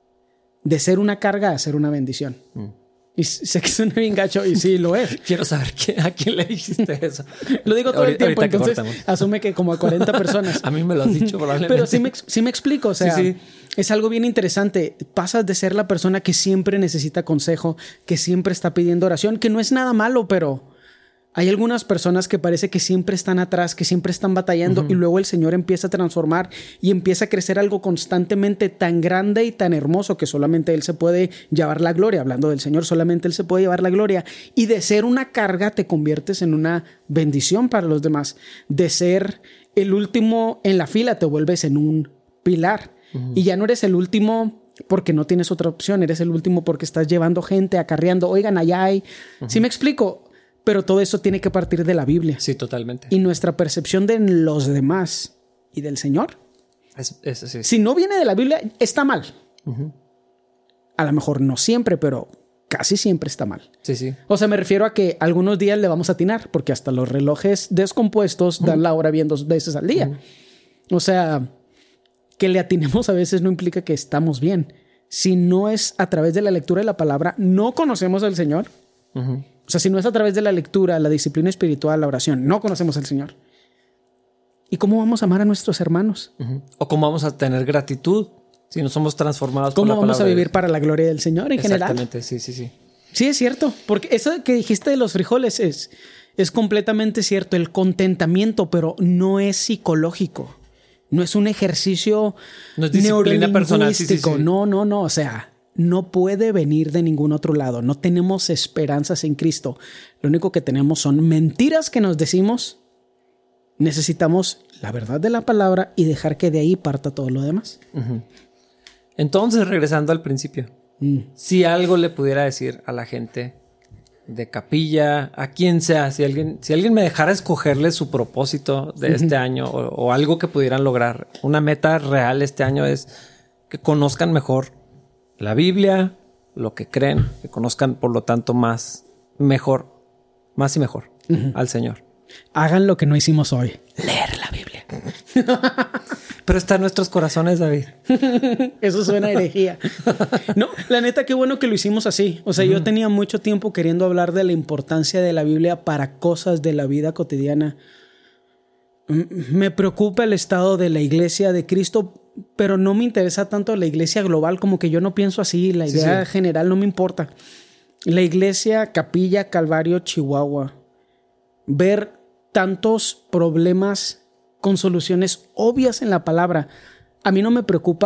de ser una carga a ser una bendición. Uh-huh. Y sé que suena bien gacho y sí lo es. Quiero saber quién, a quién le dijiste eso. Lo digo todo ahorita, el tiempo, entonces asume que como a cuarenta personas. A mí me lo has dicho probablemente. Pero sí me, sí me explico, o sea, sí, sí. es algo bien interesante. Pasas de ser la persona que siempre necesita consejo, que siempre está pidiendo oración, que no es nada malo, pero hay algunas personas que parece que siempre están atrás, que siempre están batallando uh-huh. y luego el Señor empieza a transformar y empieza a crecer algo constantemente tan grande y tan hermoso que solamente Él se puede llevar la gloria. Hablando del Señor, solamente Él se puede llevar la gloria. Y de ser una carga te conviertes en una bendición para los demás. De ser el último en la fila te vuelves en un pilar. Uh-huh. Y ya no eres el último porque no tienes otra opción. Eres el último porque estás llevando gente, acarreando. Oigan, allá hay... Uh-huh. ¿Sí me explico? Pero todo eso tiene que partir de la Biblia. Sí, totalmente. Y nuestra percepción de los demás y del Señor. Es, es, sí. Si no viene de la Biblia, está mal. Uh-huh. A lo mejor no siempre, pero casi siempre está mal. Sí, sí. O sea, me refiero a que algunos días le vamos a atinar, porque hasta los relojes descompuestos uh-huh. dan la hora bien dos veces al día. Uh-huh. O sea, que le atinemos a veces no implica que estamos bien. Si no es a través de la lectura de la palabra, no conocemos al Señor. Uh-huh. O sea, si no es a través de la lectura, la disciplina espiritual, la oración, no conocemos al Señor. ¿Y cómo vamos a amar a nuestros hermanos? Uh-huh. O cómo vamos a tener gratitud si no somos transformados por la palabra. ¿Cómo vamos a vivir para la gloria del Señor en general? Exactamente, sí, sí, sí. Sí, es cierto. Porque eso que dijiste de los frijoles es, es completamente cierto. El contentamiento, pero no es psicológico. No es un ejercicio no es disciplina personal. Sí, sí, sí. No, no, no. O sea... no puede venir de ningún otro lado. No tenemos esperanzas en Cristo. Lo único que tenemos son mentiras que nos decimos. Necesitamos la verdad de la palabra y dejar que de ahí parta todo lo demás. Uh-huh. Entonces, regresando al principio. Mm. Si algo le pudiera decir a la gente de Capilla, a quien sea, si alguien, si alguien me dejara escogerle su propósito de uh-huh. este año o, o algo que pudieran lograr, una meta real este año es que conozcan mejor la Biblia, lo que creen, que conozcan por lo tanto más, mejor, más y mejor uh-huh. al Señor. Hagan lo que no hicimos hoy, leer la Biblia. Pero está en nuestros corazones, David. Eso suena a herejía. No, la neta, qué bueno que lo hicimos así. O sea, uh-huh. yo tenía mucho tiempo queriendo hablar de la importancia de la Biblia para cosas de la vida cotidiana. Me preocupa el estado de la iglesia de Cristo, pero no me interesa tanto la iglesia global, como que yo no pienso así. La idea sí, sí. general no me importa. La iglesia Capilla, Calvario, Chihuahua. Ver tantos problemas con soluciones obvias en la palabra. A mí no me preocupa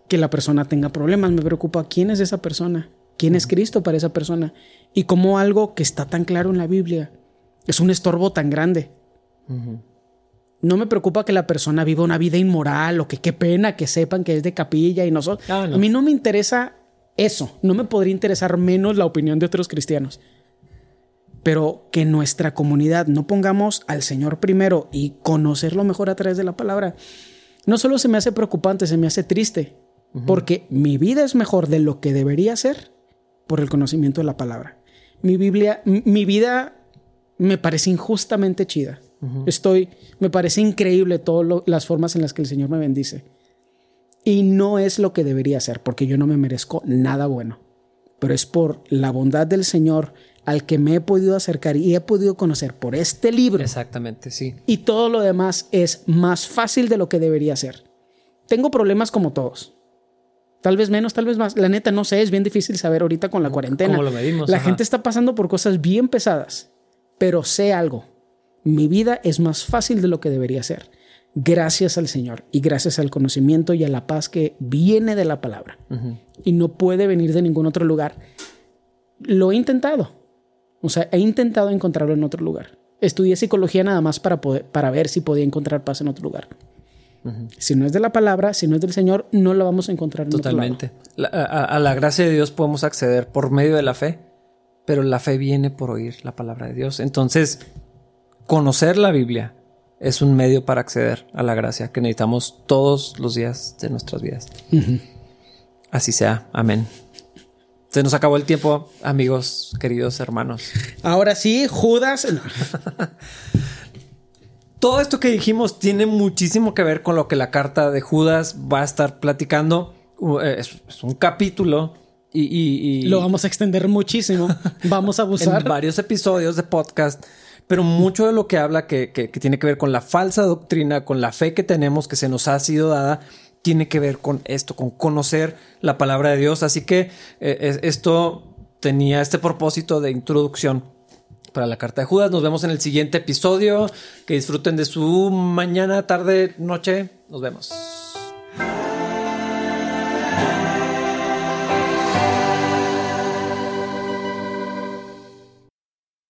que la persona tenga problemas, me preocupa quién es esa persona, quién uh-huh. es Cristo para esa persona y cómo algo que está tan claro en la Biblia es un estorbo tan grande. Uh-huh. No me preocupa que la persona viva una vida inmoral o que qué pena que sepan que es de capilla y nosotros. Ah, no. A mí no me interesa eso. No me podría interesar menos la opinión de otros cristianos. Pero que nuestra comunidad no pongamos al Señor primero y conocerlo mejor a través de la palabra, no solo se me hace preocupante, se me hace triste. Uh-huh. Porque mi vida es mejor de lo que debería ser por el conocimiento de la palabra. Mi Biblia, mi vida me parece injustamente chida. Uh-huh. Estoy, me parece increíble todas las formas en las que el Señor me bendice. Y no es lo que debería ser, porque yo no me merezco nada bueno. Pero es por la bondad del Señor al que me he podido acercar y he podido conocer por este libro. Exactamente, sí. Y todo lo demás es más fácil de lo que debería ser. Tengo problemas como todos. Tal vez menos, tal vez más. La neta, no sé, es bien difícil saber ahorita con la cuarentena. ¿Cómo lo medimos? La Ajá. gente está pasando por cosas bien pesadas. Pero sé algo. Mi vida es más fácil de lo que debería ser. Gracias al Señor y gracias al conocimiento y a la paz que viene de la palabra. Uh-huh. Y no puede venir de ningún otro lugar. Lo he intentado. O sea, he intentado encontrarlo en otro lugar. Estudié psicología nada más para, poder, para ver si podía encontrar paz en otro lugar. Uh-huh. Si no es de la palabra, si no es del Señor, no lo vamos a encontrar en Totalmente. otro lado. La, a, a la gracia de Dios podemos acceder por medio de la fe, pero la fe viene por oír la palabra de Dios. Entonces, conocer la Biblia es un medio para acceder a la gracia que necesitamos todos los días de nuestras vidas. Uh-huh. Así sea. Amén. Se nos acabó el tiempo, amigos, queridos hermanos. Ahora sí, Judas. Todo esto que dijimos tiene muchísimo que ver con lo que la carta de Judas va a estar platicando. Es, es un capítulo y, y, y... Lo vamos a extender muchísimo. Vamos a abusar. En varios episodios de podcast. Pero mucho de lo que habla que, que, que tiene que ver con la falsa doctrina, con la fe que tenemos, que se nos ha sido dada, tiene que ver con esto, con conocer la palabra de Dios. Así que eh, esto tenía este propósito de introducción para la carta de Judas. Nos vemos en el siguiente episodio. Que disfruten de su mañana, tarde, noche. Nos vemos.